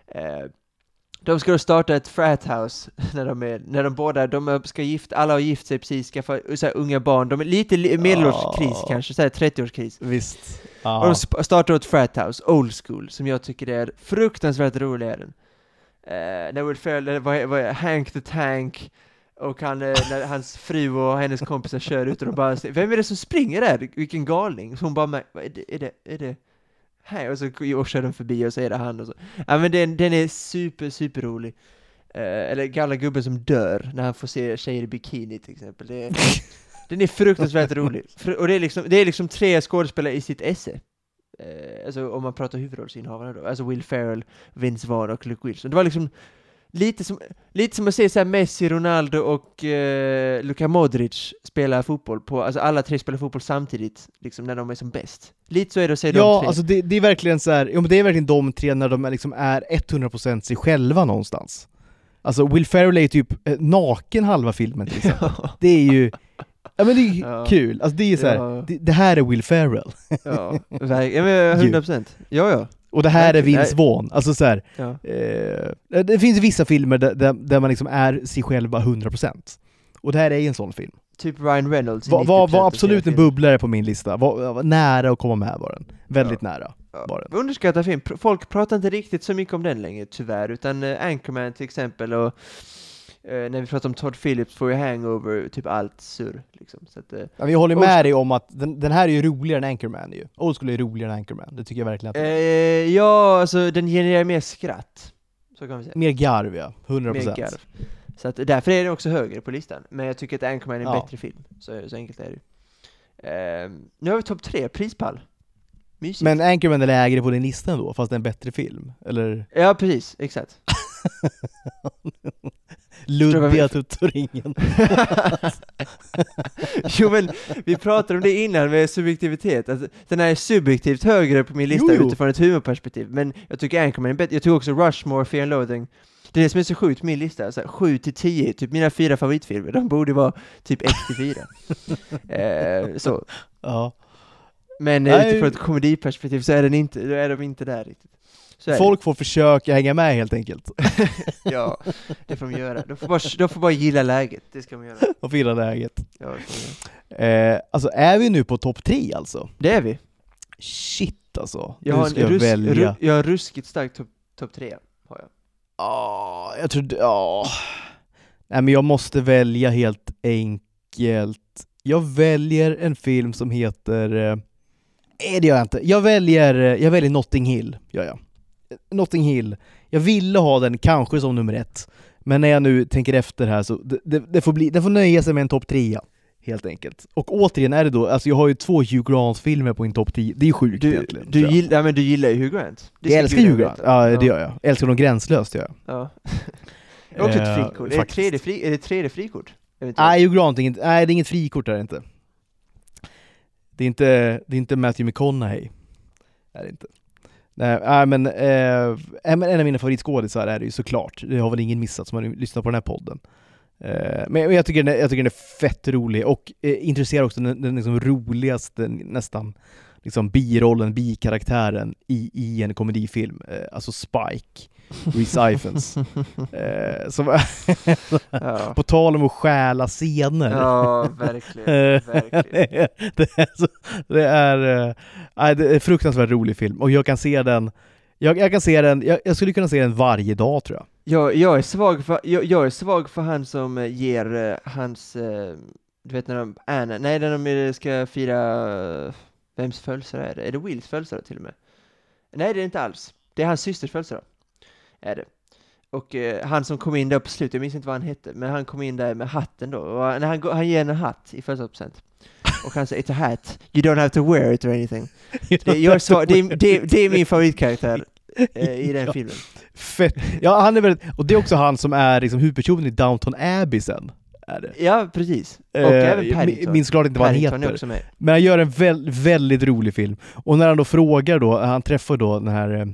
De ska då starta ett frat house när de båda, alla har gift sig precis, skaffa så här, unga barn. De är lite medelårskris kanske, så här 30-årskris. Visst. Och de startar ett frat house, old school, som jag tycker är fruktansvärt rolig är den. När Will Ferrell var Hank the Tank och när hans fru och hennes kompisar kör ut och de bara, vem är det som springer där? Vilken galning. Så hon bara, är det här? Och så kör de förbi och så är det han och så. Ja, men den är super rolig. Eller gamla gubben som dör när han får se tjejer i bikini till exempel. Den är fruktansvärt rolig. Och det är liksom 3 skådespelare i sitt esse. Alltså om man pratar huvudrollsinnehavarna då. Alltså Will Ferrell, Vince Vaughn och Luke Wilson. Det var liksom lite som att se så här Messi, Ronaldo och Luka Modric spela fotboll på, alltså alla 3 spelar fotboll samtidigt liksom när de är som bäst. Lite så är det att se de 3. Ja, alltså det är verkligen så här, men det är verkligen de 3 när de är 100% sig själva någonstans. Alltså Will Ferrell är typ naken halva filmen till exempel. Det är ju men det är kul. Alltså det är så här, det här är Will Ferrell. Ja, 100%. Ja. Och det här är Vince Vaughn. Alltså så här, det finns vissa filmer där man liksom är sig själva 100%. Och det här är en sån film. Typ Ryan Reynolds. Var absolut en bubblare på min lista. Var nära att komma med var den. Väldigt nära var den. Underskattad film. Folk pratar inte riktigt så mycket om den längre tyvärr. Utan Anchorman till exempel och när vi pratar om Todd Phillips får ju Hangover, typ allt surr liksom. Så att, vi håller med dig om att den här är ju roligare än Anchorman ju. Old School är roligare än Anchorman, det tycker jag verkligen att ja, alltså den genererar mer skratt. Så kan vi säga. Mer garv, ja. 100%. Mer garv. Så att därför är den också högre på listan. Men jag tycker att Anchorman är en bättre film. Så enkelt är det. Nu har vi topp 3, prispall. Mysigt. Men Anchorman är lägre på din lista då, fast det är en bättre film, eller? Ja, precis, exakt. Luddiga tutoringen. Jo, men vi pratade om det innan med subjektivitet. Alltså, den här är subjektivt högre på min lista utifrån ett humorperspektiv. Men jag tycker Anchorman är bättre. Jag tog också Rushmore, Fear and Loathing. Det är det som är så sjukt på min lista. Alltså, 7-10, typ mina 4 favoritfilmer. De borde vara typ 1-4. Så. Ja. Men utifrån ett komediperspektiv så är de inte där riktigt. Folk får försöka hänga med helt enkelt. Ja, det får de göra. De får bara gilla läget. Det ska de göra. De får gilla läget. Ja, alltså är vi nu på topp 3 alltså? Det är vi. Shit alltså. Jag har ruskigt starkt topp 3 har jag. Jag tror nej, men jag måste välja helt enkelt. Jag väljer en film som heter det gör jag inte. Jag väljer Notting Hill. Ja. Notting Hill. Jag ville ha den kanske som nummer 1. Men när jag nu tänker efter här så det får nöja sig med en topp 3 helt enkelt. Och återigen är det då, alltså jag har ju 2 Hugh Grant-filmer på en topp 10. Det är sjukt egentligen. Men du gillar ju Hugh Grant. Jag älskar Hugh Grant. Ja, det gör jag. Jag älskar dem gränslöst, gör jag. Ja. Också ett frikort. Är det tredje frikort? Nej, Hugh Grant det är inget frikort där inte. Det är inte Matthew McConaughey. Det är det inte. Men en av mina favoritskådisar är det ju såklart. Det har väl ingen missat som har lyssnat på den här podden. Men jag tycker den är fett rolig och intresserar också den liksom roligaste nästan liksom bikaraktären i en komedifilm, alltså Spike Rhys Ifans. På tal om att stjäla scener. Ja, verkligen. Det är en fruktansvärt rolig film och jag kan se den. Jag kan se den. Jag skulle kunna se den varje dag, tror jag. Jag är svag för han som ger hans, du vet när de ska fira, vems födelsedag är det? Är det Wills födelsedag till och med? Nej, det är inte alls. Det är hans systers födelsedag. Är det. Och han som kom in där på slutet, jag minns inte vad han hette, men han kom in där med hatten då. Och när han ger en hatt i födelsedagspresent. Och han säger, it's a hat. You don't have to wear it or anything. Det är min favoritkaraktär i den filmen. Fett. Ja, han är väldigt, och det är också han som är liksom huvudpersonen i Downton Abbey sen. Är det. Ja, precis. Och även Paddington. Minns klart inte vad han heter. Men han gör en väldigt rolig film. Och när han då frågar då, han träffar då den här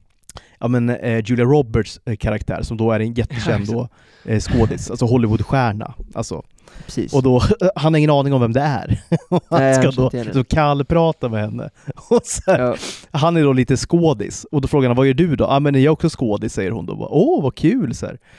Julia Roberts karaktär som då är en jättekänd då, skådis, alltså Hollywoodstjärna. Alltså. Precis. Och då, han har ingen aning om vem det är. Han ska då så kallprata med henne. Och sen, han är då lite skådis. Och då frågar han, vad gör du då? Men jag är också skådis, säger hon då. Åh, vad kul, så här.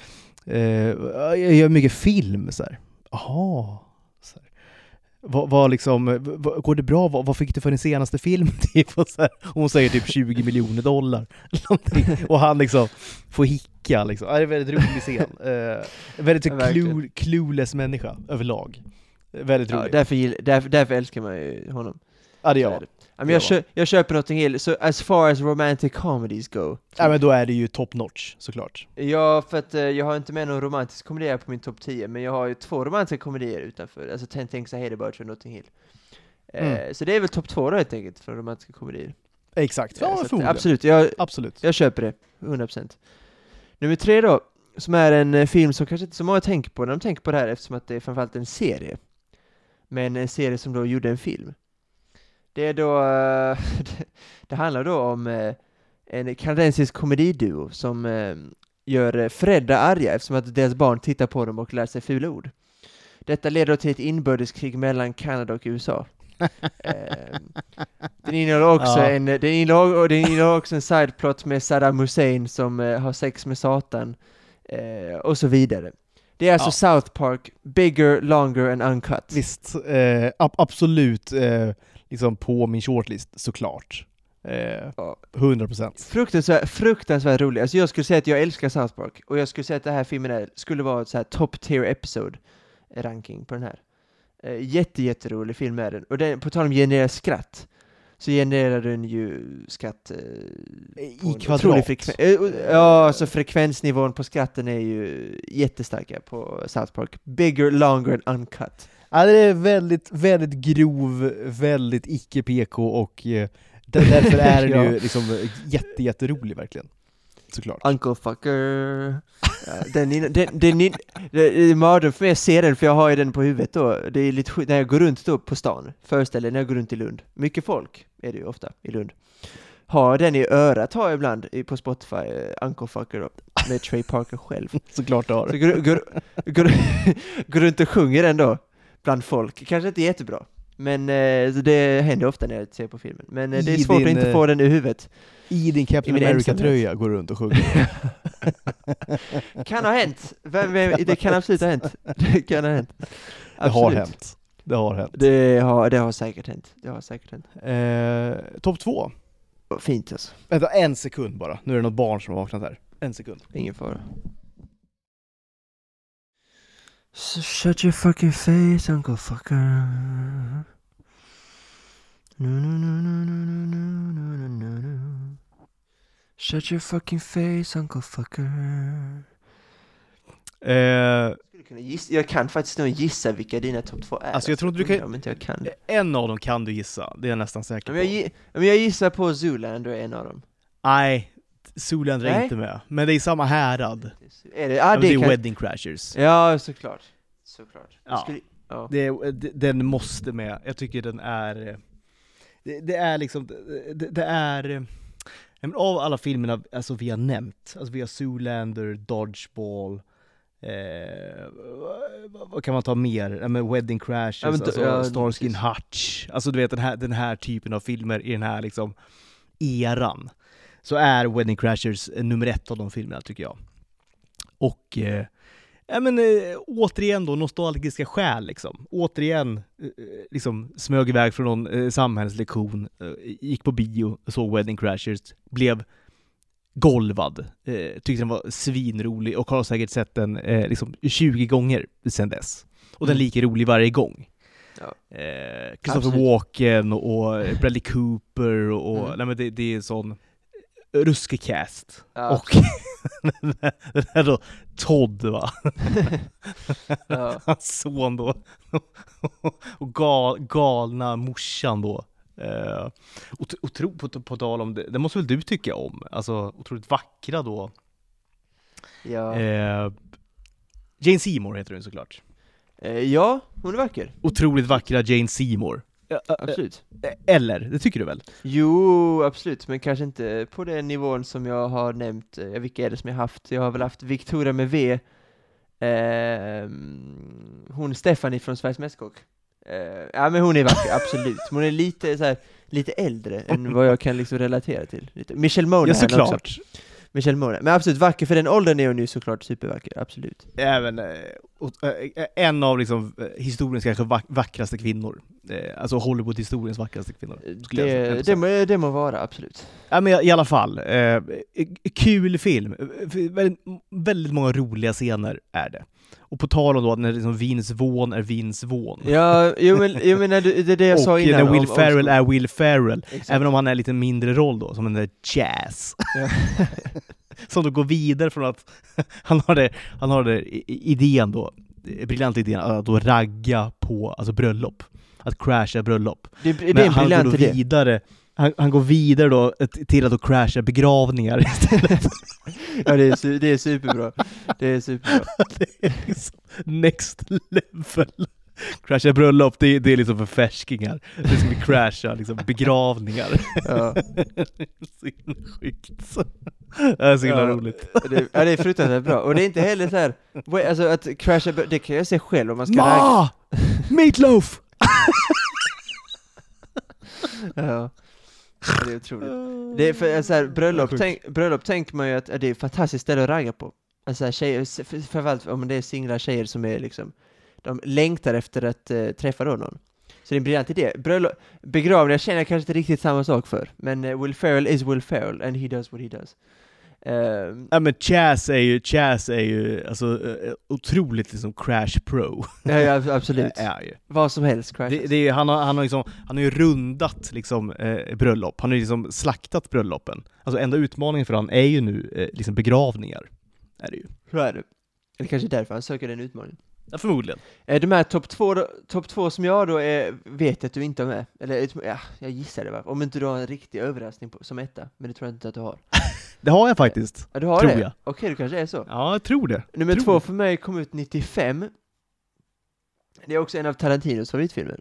Jag gör mycket film, så här. Jaha. Så här. Vad liksom, går det bra? Vad fick du för din senaste film? Typ? Och så här. Hon säger typ $20 miljoner. Och han liksom får hicka. Liksom. Det är en väldigt rolig scen. Väldigt clueless människa överlag. Väldigt rolig. Därför älskar man ju honom. Ja, det gör men jag köper någonting helt. Så as far as romantic comedies go. Ja, men då är det ju top notch, såklart. Ja, för att jag har inte med någon romantisk komedi på min topp 10, men jag har ju 2 romantiska komedier utanför. Alltså 10 Things I Hate About You och Notting Hill. Så det är väl topp 2 då, helt enkelt, för romantiska komedier. Exakt. Ja, absolut. Jag köper det, 100%. Nummer 3 då, som är en film som kanske inte så många tänker på när de tänker på det här, eftersom att det är framförallt en serie. Men en serie som då gjorde en film. Det är då det handlar då om en kanadensisk komediduo som gör föräldrar arga eftersom att deras barn tittar på dem och lär sig fula ord. Detta leder till ett inbördeskrig mellan Kanada och USA. Den innehåller också en sideplot med Saddam Hussein som har sex med Satan och så vidare. Det är alltså South Park, bigger, longer and uncut. Visst, absolut liksom på min shortlist, såklart. 100%. Fruktansvärt rolig. Alltså jag skulle säga att jag älskar South Park. Och jag skulle säga att den här filmen skulle vara ett så här top tier episode ranking på den här. Jätterolig film är den. Och den, på tal om generera skratt, så genererar den ju skratt i kvadrat. Så frekvensnivån på skratten är ju jättestarka på South Park. Bigger, longer and uncut. Ja, det är väldigt, väldigt grov, väldigt icke-PK och därför är den ju liksom jätterolig verkligen. Såklart. Uncle fucker. Den mördaren för mig att se den, för jag har ju den på huvudet då. Det är lite när jag går runt då på stan. Föreställer när jag går runt i Lund. Mycket folk är det ju ofta i Lund. Har den i örat har jag ibland på Spotify, Uncle fucker då, med Trey Parker själv. Såklart har. Så går runt och sjunger den då bland folk. Kanske inte jättebra. Men så det händer ofta när jag ser på filmen. Men det är svårt att inte få den i huvudet. I din Captain America-tröja går runt och sjunger. Kan ha hänt. Det kan absolut ha hänt. Det kan ha hänt. Det har hänt. Det har säkert hänt. Topp 2. Fint alltså. Vänta, 1 sekund bara. Nu är det något barn som har vaknat här. 1 sekund. Ingen fara. So shut your fucking face, Uncle fucker. No. Shut your fucking face, Uncle fucker. Jag kan faktiskt nog gissa vilka dina topp 2 är. Alltså jag tror inte du kan. Om inte jag kan. En av dem kan du gissa. Det är jag nästan säker på. Men jag gissar på Zoolander är en av dem. Nej, Zoolander är inte med. Men det är samma härad. Är det? Det är Wedding Crashers. Ja, såklart. Ja. Den måste med. Jag tycker den är... Det är liksom... Det är... Men av alla filmerna alltså, vi har nämnt, alltså vi har Zoolander, Dodgeball, vad kan man ta mer? Men Wedding Crashes, alltså Starsky and Hutch. Alltså du vet den här typen av filmer i den här liksom eran. Så är Wedding Crashers nummer 1 av de filmerna tycker jag. Och återigen då nostalgiska skäl liksom. Återigen liksom smög iväg från någon samhällslektion, gick på bio, såg Wedding Crashers, blev golvad, tyckte den var svinrolig och har säkert sett den liksom 20 gånger sedan dess. Och den är lika rolig varje gång. Ja. Christopher Walken och Bradley Cooper och nej, men det är en sån ruskig cast. Ja. Och den här då Todd, va? Ja. Hans son då. Och galna morsan då. På tal om det måste väl du tycka om. Alltså otroligt vackra då. Ja. Jane Seymour heter hon såklart. Ja, hon är vacker. Otroligt vackra Jane Seymour. Absolut. Eller, det tycker du väl? Jo, absolut, men kanske inte på den nivån som jag har nämnt. Vilka är det som jag haft? Jag har väl haft Victoria med V. Hon Stephanie från Sveriges Mästerkock. Ja, men hon är vacker, absolut. Hon är lite äldre än vad jag kan liksom relatera till. Michelle Monaghan, ja, såklart. Också. Michelle Monaghan. Men absolut vacker, för den åldern är hon ju såklart supervacker, absolut. Även en av liksom historiens kanske vackraste kvinnor. Alltså Hollywood-historiens vackraste kvinnor. Det må vara, absolut. Ja, men i alla fall. Kul film. Väldigt många roliga scener är det. Och på tal om då när liksom Vince Vaughn är Vince Vaughn. Ja, jag menar det är det jag sa innan. Och när Will Ferrell är Will Ferrell. Exakt. Även om han är en lite mindre roll då, som den där Jazz. Ja. Som då går vidare från att han har det idén då, briljant idén att då ragga på alltså bröllop. Att crasha bröllop. Det är en briljant idé. Vidare. Han går vidare då till att då crasha begravningar istället. Ja, det är superbra. Det är liksom next level. Crasha bröllop, det är liksom för färskingar. Det ska bli crasha liksom begravningar. Ja. Så sjukt. Det är så himla roligt. Det är fruktansvärt bra. Och det är inte heller så här, alltså att crasha, det kan jag se själv om man ska ragga. Meatloaf! Ja. Det är otroligt. Det är för så här, bröllop tänker man ju att det är ett fantastiskt ställe att ragga på. Alltså tjejer, framförallt om det är singla tjejer som är liksom, de längtar efter att träffa då någon. Så det är en briljant idé. Begravningar känner jag kanske inte riktigt samma sak för. Men Will Ferrell is Will Ferrell and he does what he does. Ja, men Chaz är ju alltså otroligt liksom crash pro. Ja, absolut. Ja, ju. Vad som helst crash. Han har ju rundat liksom bröllop. Han har ju liksom slaktat bröllopen. Alltså enda utmaningen för han är ju nu liksom begravningar. Är det ju. Så är det. Eller kanske därför han söker den utmaningen. Ja, förmodligen. De här topp två som jag då vet att du inte har med. Eller ja, jag gissar det, va? Om inte du har en riktig överraskning som etta. Men det tror jag inte att du har. Det har jag faktiskt. Ja, du har tror det? Jag. Okej, det kanske är så. Ja, jag tror det. Nummer 2 för mig kom ut 95. Det är också en av Tarantinos favoritfilmer.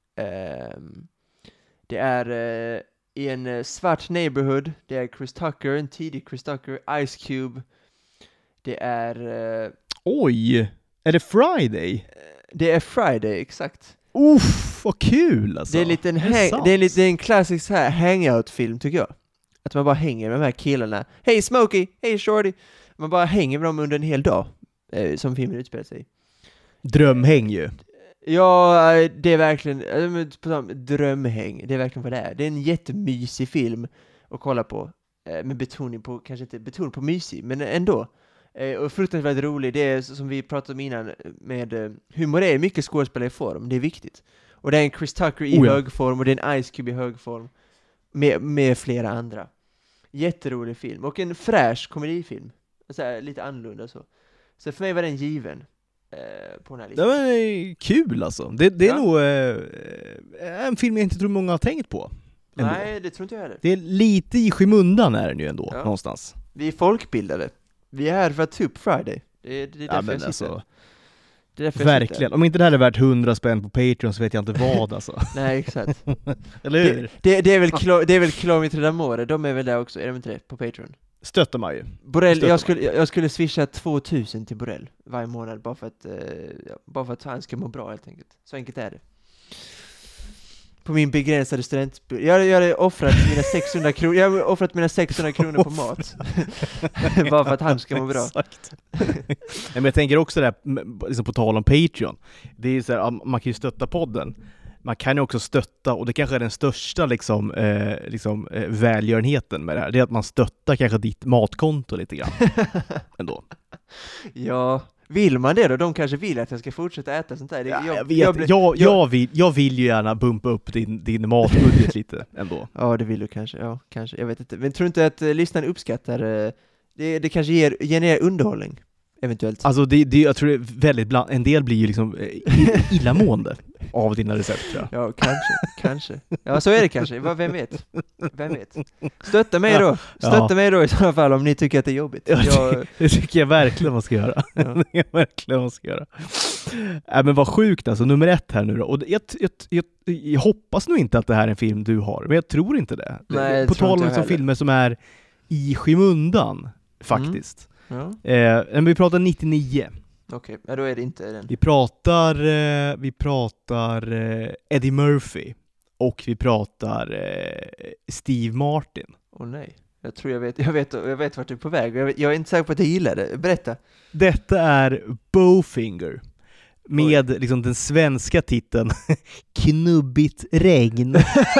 Det är i en svart neighborhood. Det är Chris Tucker, en tidig Chris Tucker, Ice Cube. Det är... Oj! Är det Friday? Det är Friday, exakt. Uff, vad kul alltså. Det är en klassisk så här hangout-film tycker jag. Att man bara hänger med de här killarna. Hej Smokey, hej Shorty. Man bara hänger med dem under en hel dag. Som filmen utspelar sig. Drömhäng ju. Ja, det är verkligen drömhäng. Det är verkligen vad det är. Det är en jättemysig film att kolla på. Med betoning på, kanske inte betoning på mysig, men ändå. Och fruktansvärt rolig. Det är som vi pratade om innan med humor är mycket skådespelare i form. Det är viktigt. Och det är en Chris Tucker i hög form och det är en Ice Cube i hög form. Med flera andra. Jätterolig film. Och en fräsch komedifilm. Så här, lite annorlunda så. Så för mig var den given. På den här listan. Det var kul alltså. Det är nog en film jag inte tror många har tänkt på. Ändå. Nej, det tror inte jag heller. Det är lite i skymundan är den ju ändå, någonstans. Vi är folkbildade. Vi är här för att ta upp Friday. Det är därför jag sitter. Det är därför jag Verkligen. sitter. Om inte det här är värt 100 spänn på Patreon så vet jag inte vad alltså. Nej, exakt. Eller hur? Det är väl Kilometer d'Amore, de är väl där också, är de inte det? På Patreon. Stöttar man ju. Borrell, jag skulle swisha 2000 till Borrell varje månad bara för att han ska må bra helt enkelt. Så enkelt är det. På min begränsade studentbudget. Jag har offrat mina 600 kronor. Jag har offrat mina 600 kronor på mat. Bara för att han ska må bra. Exakt. Men jag tänker också där, liksom på tal om Patreon. Det är så här, man kan ju stötta podden. Man kan ju också stötta, och det kanske är den största välgörenheten med det här. Det är att man stöttar kanske ditt matkonto lite grann. Ändå. Ja, vill man det då? De kanske vill att jag ska fortsätta äta sånt där. Jag vill ju gärna bumpa upp din matbudget lite ändå. Ja, det vill du kanske. Ja, kanske. Jag vet inte. Men tror inte att lyssnaren uppskattar det kanske genererar underhållning eventuellt. Alltså jag tror det är väldigt en del blir ju liksom illamående av dina recept, tror jag. Ja, kanske. Ja, så är det kanske. Vem vet? Stötta mig då. Stötta mig då i så fall om ni tycker att det är jobbigt. Det tycker jag verkligen man ska göra. Men vad sjukt alltså, nummer 1 här nu då. Och jag hoppas nog inte att det här är en film du har, men jag tror inte det. Nej, på tal om filmer som är i skymundan, faktiskt. Ja. Men vi pratar 99. Okej, ja, då är det inte den. Vi pratar Eddie Murphy och vi pratar Steve Martin. Nej. Jag tror jag vet vart du är på väg. Jag är inte säker på att jag gillar det. Berätta. Detta är Bowfinger med liksom den svenska titeln Knubbigt regn.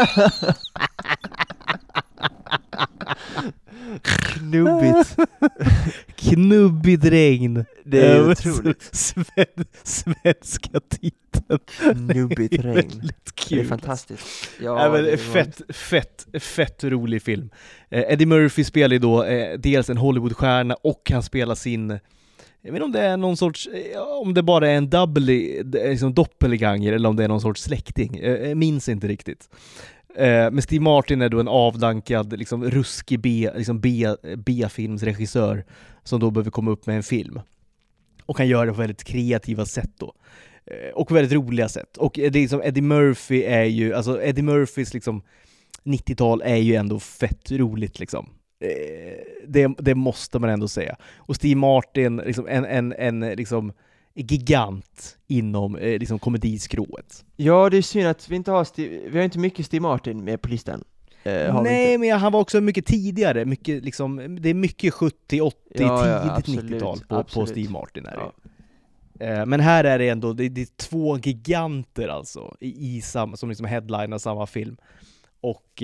Knubbigt regn. Det är otroligt. Svenska titeln. Knubbigt regn. Det är fantastiskt. Ja, det är fett rolig film. Eddie Murphy spelar ju då dels en Hollywoodstjärna, och han spelar sin, jag vet inte om det är någon sorts, om det bara är en doppelganger eller om det är någon sorts släkting. Jag minns inte riktigt. Men Steve Martin är då en avdankad, liksom ruskig B-filmsregissör som då behöver komma upp med en film. Och han gör det på väldigt kreativa sätt då. Och väldigt roliga sätt. Och det är liksom, Eddie Murphys liksom 90-tal är ju ändå fett roligt liksom. Det måste man ändå säga. Och Steve Martin, liksom en liksom gigant inom liksom komediskrået. Ja, det är synd att vi har inte mycket Steve Martin med på listan. Nej, men han var också mycket tidigare. Mycket, liksom, det är mycket 70, 80, tidigt absolut, 90-tal på Steve Martin. Men här är det ändå, det är 2 giganter alltså som liksom headlinar samma film. Och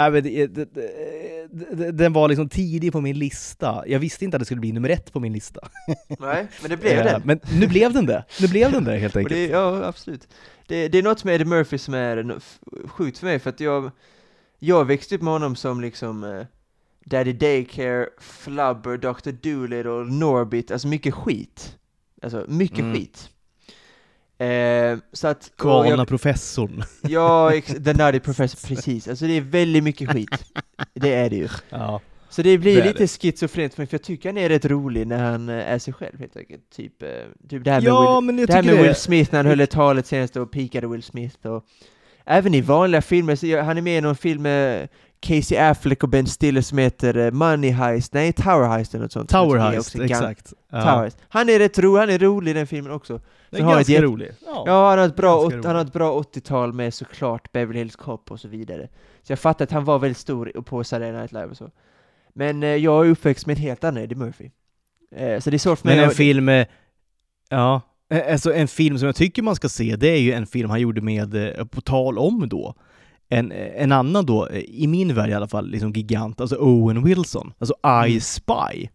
den var liksom tidig på min lista. Jag visste inte att det skulle bli nummer 1 på min lista. Nej, men det blev den. Men nu blev den det helt enkelt. Ja, absolut. Det är något med Eddie Murphy som är sjukt för mig, för att jag växte upp med honom som liksom Daddy Daycare, Flubber, Dr. Dolittle, Norbit, alltså mycket skit. Alltså mycket skit. Så att Galna professorn. Ja, The Nutty Professor, precis. Alltså det är väldigt mycket skit. Det är det ju. Ja. Så det blir lite schizofrent för mig, för jag tycker han är rätt rolig när han är sig själv helt enkelt. Typ det här med Will Smith när han höll ett talet senast och pikade Will Smith, och även i vanliga filmer, så han är med i någon film med Casey Affleck och Ben Stiller som heter Money Heist, nej Tower Heist eller något sånt. Tower Heist, exakt. Tower Heist. Han är rätt rolig, han är rolig i den filmen också. Det är ganska rolig. Ja, han har ett bra 80-tal med såklart Beverly Hills Cop och så vidare. Så jag fattar att han var väldigt stor på Saturday Night Live och så. Men jag är uppväxt med en helt annan Eddie Murphy. Så det är svårt för mig. Men en film som jag tycker man ska se, det är ju en film han gjorde med, på tal om då, en annan då, i min värld i alla fall, liksom gigant, alltså Owen Wilson, alltså I Spy.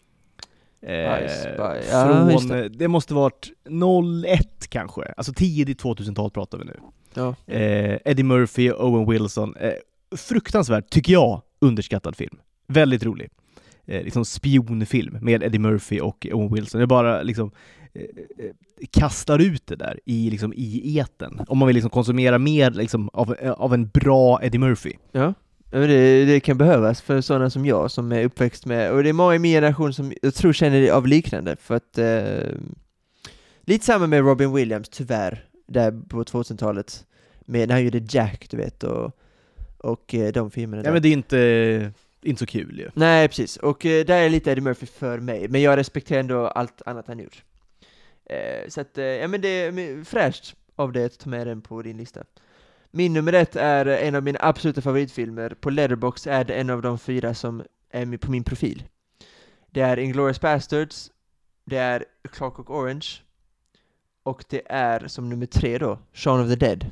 Det måste varit 01 kanske, alltså tidigt 2000-tal pratar vi nu. Ja. Eddie Murphy och Owen Wilson, fruktansvärt, tycker jag, underskattad film. Väldigt rolig. Liksom spionfilm med Eddie Murphy och Owen Wilson. Det bara liksom kastar ut det där i eten. Om man vill liksom konsumera mer liksom av en bra Eddie Murphy. Ja. Det kan behövas för sådana som jag som är uppväxt med, och det är många i min generation som jag tror känner det av liknande, för att Lite samma med Robin Williams, tyvärr, där på 2000-talet. När han gjorde Jack, du vet, och de filmerna där. Ja, men det är inte så kul ju. Nej, precis. Och där är lite Eddie Murphy för mig. Men jag respekterar ändå allt annat han gjort. Så att, ja men det är fräscht av det att ta med den på din lista. Min nummer 1 är en av mina absoluta favoritfilmer. På Letterboxd är det en av de 4 som är med på min profil. Det är Inglourious Basterds, det är Clockwork Orange, och det är som nummer 3 då, Shaun of the Dead.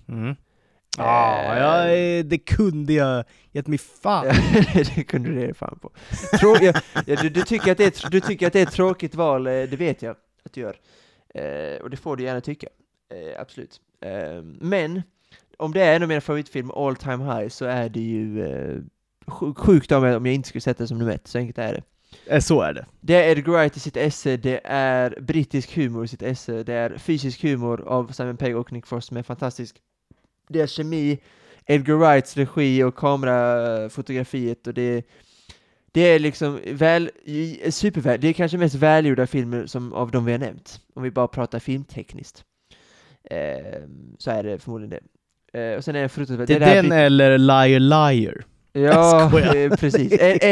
Det kunde jag gett mig fan. Det kunde du ge fan på. Du tycker att det är ett tråkigt val, det vet jag att du gör. Och det får du gärna tycka. Absolut. Men om det är en av mina favoritfilmer all time high, så är det ju sjukt av mig om jag inte skulle sätta det som nummer 1. Så enkelt är det. Så är det. Det är Edgar Wright i sitt esse, det är brittisk humor i sitt esse, det är fysisk humor av Simon Pegg och Nick Frost som är fantastisk. Det är kemi, Edgar Wrights regi och kamerafotografiet, och det är liksom superväl. Det är kanske mest välgjorda filmer som av de vi har nämnt. Om vi bara pratar filmtekniskt. Så är det förmodligen det. Och sen är det fruktansvärt. Det är den eller Liar Liar. Ja, precis.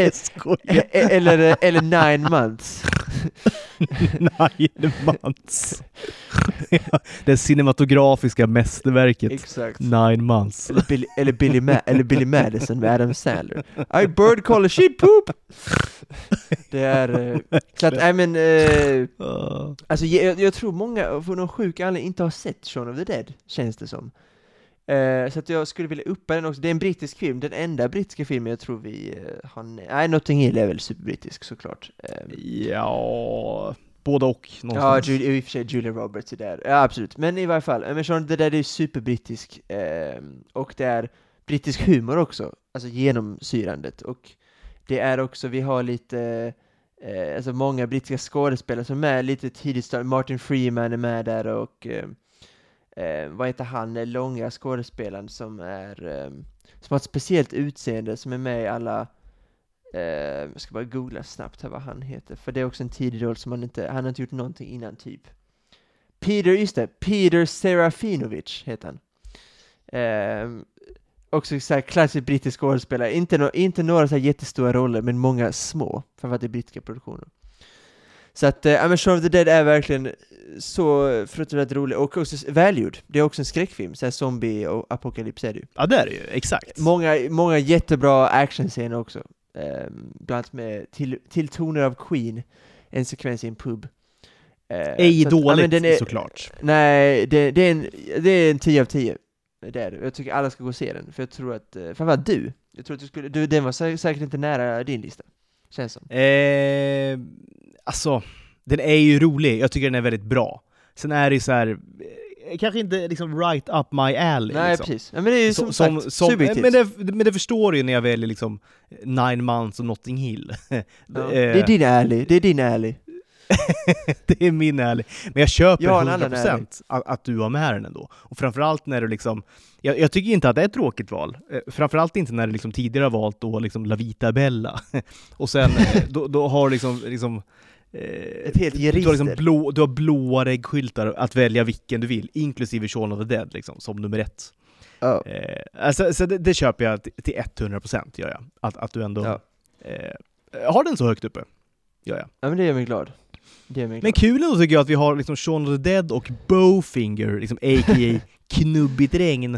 Eller 9 Months. 9 Months. Det cinematografiska mästerverket. Exakt. 9 Months. Eller Billy Madison med Adam Sandler. I bird call a shit poop. Det är så att alltså jag tror många för någon sjuk anledning inte har sett Shaun of the Dead, känns det som. Så att jag skulle vilja uppa den också. Det är en brittisk film, den enda brittiska filmen jag tror vi har. Nej, Notting Hill är väl superbrittisk såklart. Ja, både och någonstans. Ja, i och för sig Julia Roberts är där. Ja, absolut. Men i varje fall, men Shaun, det där är superbrittisk. Och det är brittisk humor också, alltså genomsyrandet. Och det är också, vi har lite alltså många brittiska skådespelare som är lite tidigt start. Martin Freeman är med där, och vad heter han, långa skådespelaren som har ett speciellt utseende, som är med i alla jag ska bara googla snabbt här vad han heter, för det är också en tidig roll som han har inte gjort någonting innan typ. Peter Serafinovic heter han. Också så här klassisk brittisk skådespelare, inte några så här jättestora roller, men många små, för att det är brittiska produktioner. Så att Shaun of the Dead är verkligen så fruktansvärt rolig och också välgjord. Det är också en skräckfilm, så här zombie och apokalyps är det ju. Ja, det är det ju, exakt. Många jättebra actionscener också. Bland annat med till toner av Queen, en sekvens i en pub. Ej dåligt, såklart. Nej, det är en 10 av 10. Det är det. Jag tycker alla ska gå och se den, för jag tror att framförallt jag tror att den var säkert inte nära din lista. Känns som. Alltså, den är ju rolig. Jag tycker den är väldigt bra. Sen är det så här, kanske inte liksom right up my alley. Nej, liksom. Precis. Ja, men det är ju som sagt subjektivt. Men det förstår ju när jag väljer liksom 9 Months och Notting Hill. Ja. Det är din alley. Det är din alley. Det är min alley. Men jag köper 100% att du har med den ändå. Och framförallt när du liksom, jag tycker inte att det är ett tråkigt val. Framförallt inte när du liksom tidigare har valt då liksom La Vita Bella. Och sen då har du liksom ett helt register. Du har blåa reggskyltar att välja vilken du vill, inklusive Shaun of the Dead liksom, som nummer 1. Alltså, så det köper jag till 100%, gör jag. Att du ändå har den så högt uppe. Gör jag. Ja, men det gör mig glad. Men kul ändå tycker jag att vi har liksom Shaun of the Dead och Bowfinger, liksom a.k.a. Knubbigt regn.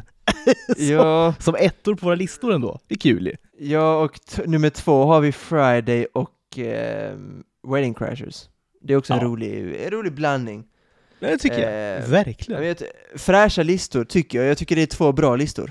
Som ettor på våra listor ändå. Det är kul ju. Ja, och nummer 2 har vi Friday och Wedding Crashers. Det är också en rolig blandning. Det tycker jag. Verkligen. Fräscha listor tycker jag. Jag tycker det är 2 bra listor.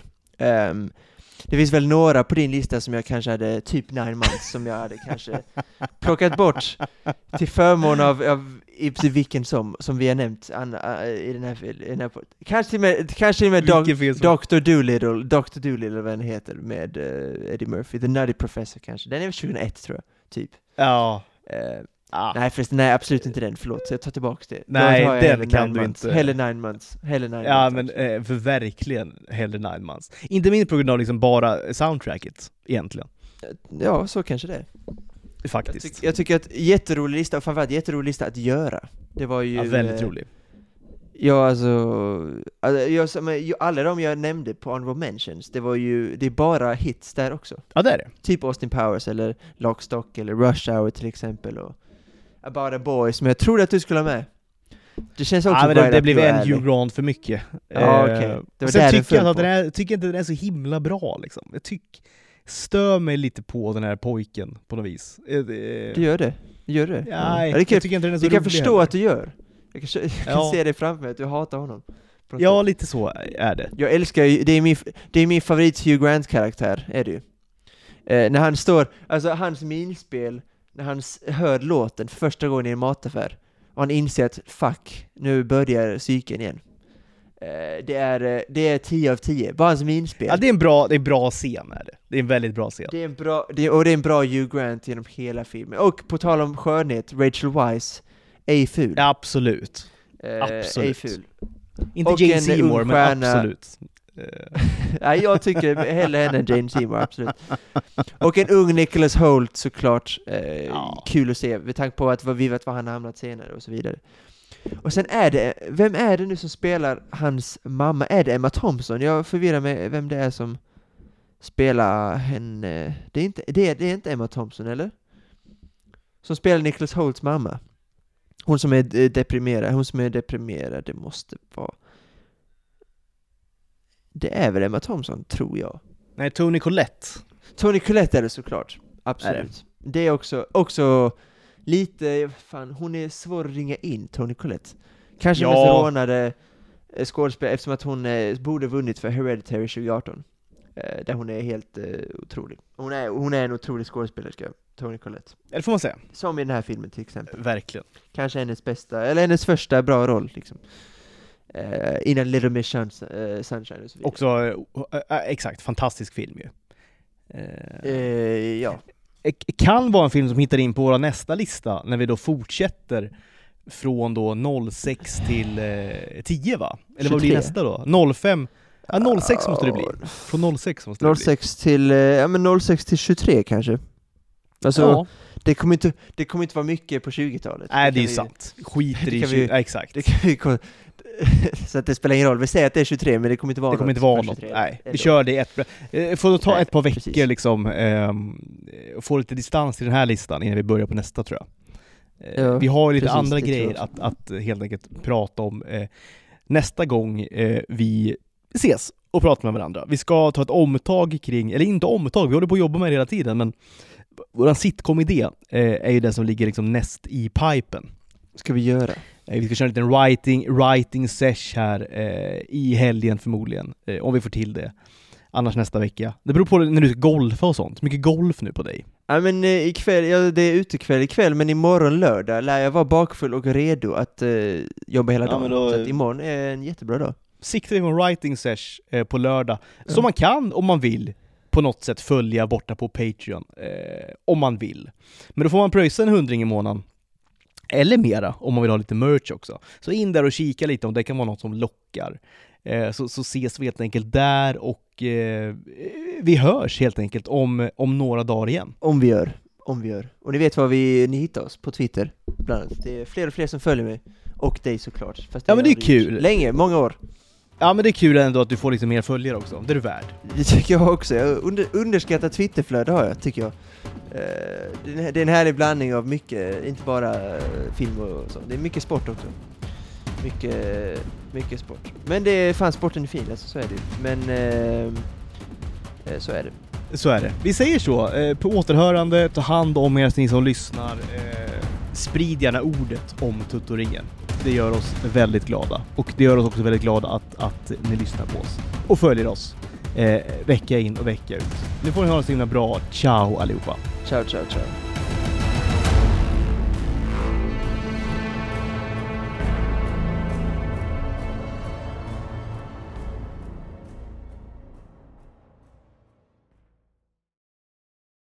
Det finns väl några på din lista som jag kanske hade, typ 9 Months, som jag hade kanske plockat bort till förmån av vilken som vi har nämnt i den här kanske med Dr. Dolittle vad den heter, med Eddie Murphy, The Nutty Professor kanske. Den är väl 2001 tror jag, typ. Ja. Nej förresten, nej absolut inte den, förlåt, så jag tar tillbaka det. Nej, den kan du inte. Hellre 9 Months. Ja, men för verkligen hellre 9 Months. Inte minst på grund av liksom bara soundtracket, egentligen. Ja, så kanske det. Faktiskt. Jag tycker att jätterolig lista, och framförallt jätterolig lista att göra. Det var ju väldigt rolig. Ja, alla de jag nämnde på Honorable Mentions, det är bara hits där också. Ja, det är det. Typ Austin Powers eller Lockstock eller Rush Hour till exempel och About a Boy, som jag trodde att du skulle ha med. Det känns också men det blev en Hugh Grant för mycket. Ja, okej. Sen tycker jag att tycker inte den är så himla bra liksom. Stör mig lite på den här pojken på något vis. Du gör det? Nej, ja, jag tycker inte den är så rolig. Jag kan rolig förstå heller. att du gör. Jag kan se det framför mig, att du hatar honom. Ja, lite så är det. Jag älskar ju, det är min favorit Hugh Grant-karaktär, är det ju. När han står, alltså hans minspel, när han hör låten för första gången i en mataffär, och han inser att fuck, nu börjar psyken igen. Det är 10 av 10, bara hans minspel. Ja, det är en bra scen är det. Det är en väldigt bra scen. Det är en bra Hugh Grant genom hela filmen. Och på tal om skönhet, Rachel Weisz är ful. Ja, absolut. Absolut. Är ful. Inte och Jane en Seymour, ung men stjärna. absolut. Nej, jag tycker hellre henne än Jane Seymour, absolut. Och en ung Nicholas Hoult såklart. Kul att se, med tanke på att vi vet vad han har hamnat senare och så vidare. Och sen vem är det nu som spelar hans mamma? Är det Emma Thompson? Jag förvirrar mig vem det är som spelar henne. Det är inte Emma Thompson, eller? Som spelar Nicholas Hoults mamma. Hon som är deprimerad, det måste vara... Det är väl Emma Thompson, tror jag. Nej, Toni Collette. Toni Collette är det såklart. Absolut. Det är också lite... Fan, hon är svår att ringa in, Toni Collette. Kanske mest rånade skådespelare, eftersom att hon borde vunnit för Hereditary 2018. Där hon är helt otrolig. Hon är en otrolig skådespelerska, Toni Collette. Eller får man säga. Som i den här filmen till exempel. Verkligen. Kanske hennes första bra roll liksom. Innan Little Miss Sunshine och så vidare. Också, exakt, fantastisk film ju. Ja. Kan vara en film som hittar in på våra nästa lista när vi då fortsätter från då 06 till 10, va? Eller 23. Vad blir nästa då? 05? Ja, 06 måste det bli. Från 06 måste det 06 till, 06 till 23 kanske. Alltså, ja. Det kommer inte vara mycket på 20-talet. Nej, det är ju sant. Skiter i 20, exakt. Det kan vi, så att det spelar ingen roll. Vi säger att det är 23, men det kommer inte vara något. Det kommer inte vara något. Nej, vi kör det får ta ett par veckor precis. Liksom, få lite distans till den här listan innan vi börjar på nästa, tror jag. Vi har ju lite andra grejer att helt enkelt prata om nästa gång vi ses och pratar med varandra. Vi ska ta ett omtag kring, eller inte omtag, vi håller på att jobba med det hela tiden, men vår sitcom-idé är ju den som ligger liksom näst i pipen. Ska vi göra? Vi ska köra en liten writing sesh här i helgen förmodligen, om vi får till det. Annars nästa vecka. Det beror på när du ska golfa och sånt. Mycket golf nu på dig. Ja, men ikväll, det är utekväll ikväll, men imorgon lördag lär jag vara bakfull och redo att jobba hela dagen. Så att imorgon är en jättebra dag. Siktar vi på en writing sesh på lördag. Så man kan, om man vill, på något sätt följa borta på Patreon. Om man vill. Men då får man pröjsa en 100 i månaden. Eller mera, om man vill ha lite merch också. Så in där och kika lite om det kan vara något som lockar. Så ses vi helt enkelt där och vi hörs helt enkelt om några dagar igen. Om vi gör. Och ni vet vad ni hittar oss på Twitter bland annat. Det är fler och fler som följer mig. Och dig såklart. Fast ja, men det är kul. Länge, många år. Ja, men det är kul ändå att du får lite mer följare också. Det är du värd. Det tycker jag också. Jag underskattar Twitterflöde har jag, tycker jag. Det är en härlig blandning av mycket, inte bara film och så. Det är mycket sport också. Mycket sport. Men det är fan sporten är fin, alltså, så är det. Men så är det. Så är det. Vi säger så. På återhörande, ta hand om er ni som lyssnar. Sprid gärna ordet om tutoringen. Det gör oss väldigt glada. Och det gör oss också väldigt glada att ni lyssnar på oss. Och följer oss vecka in och vecka ut. Nu får ni ha det så himla bra. Ciao allihopa. Ciao.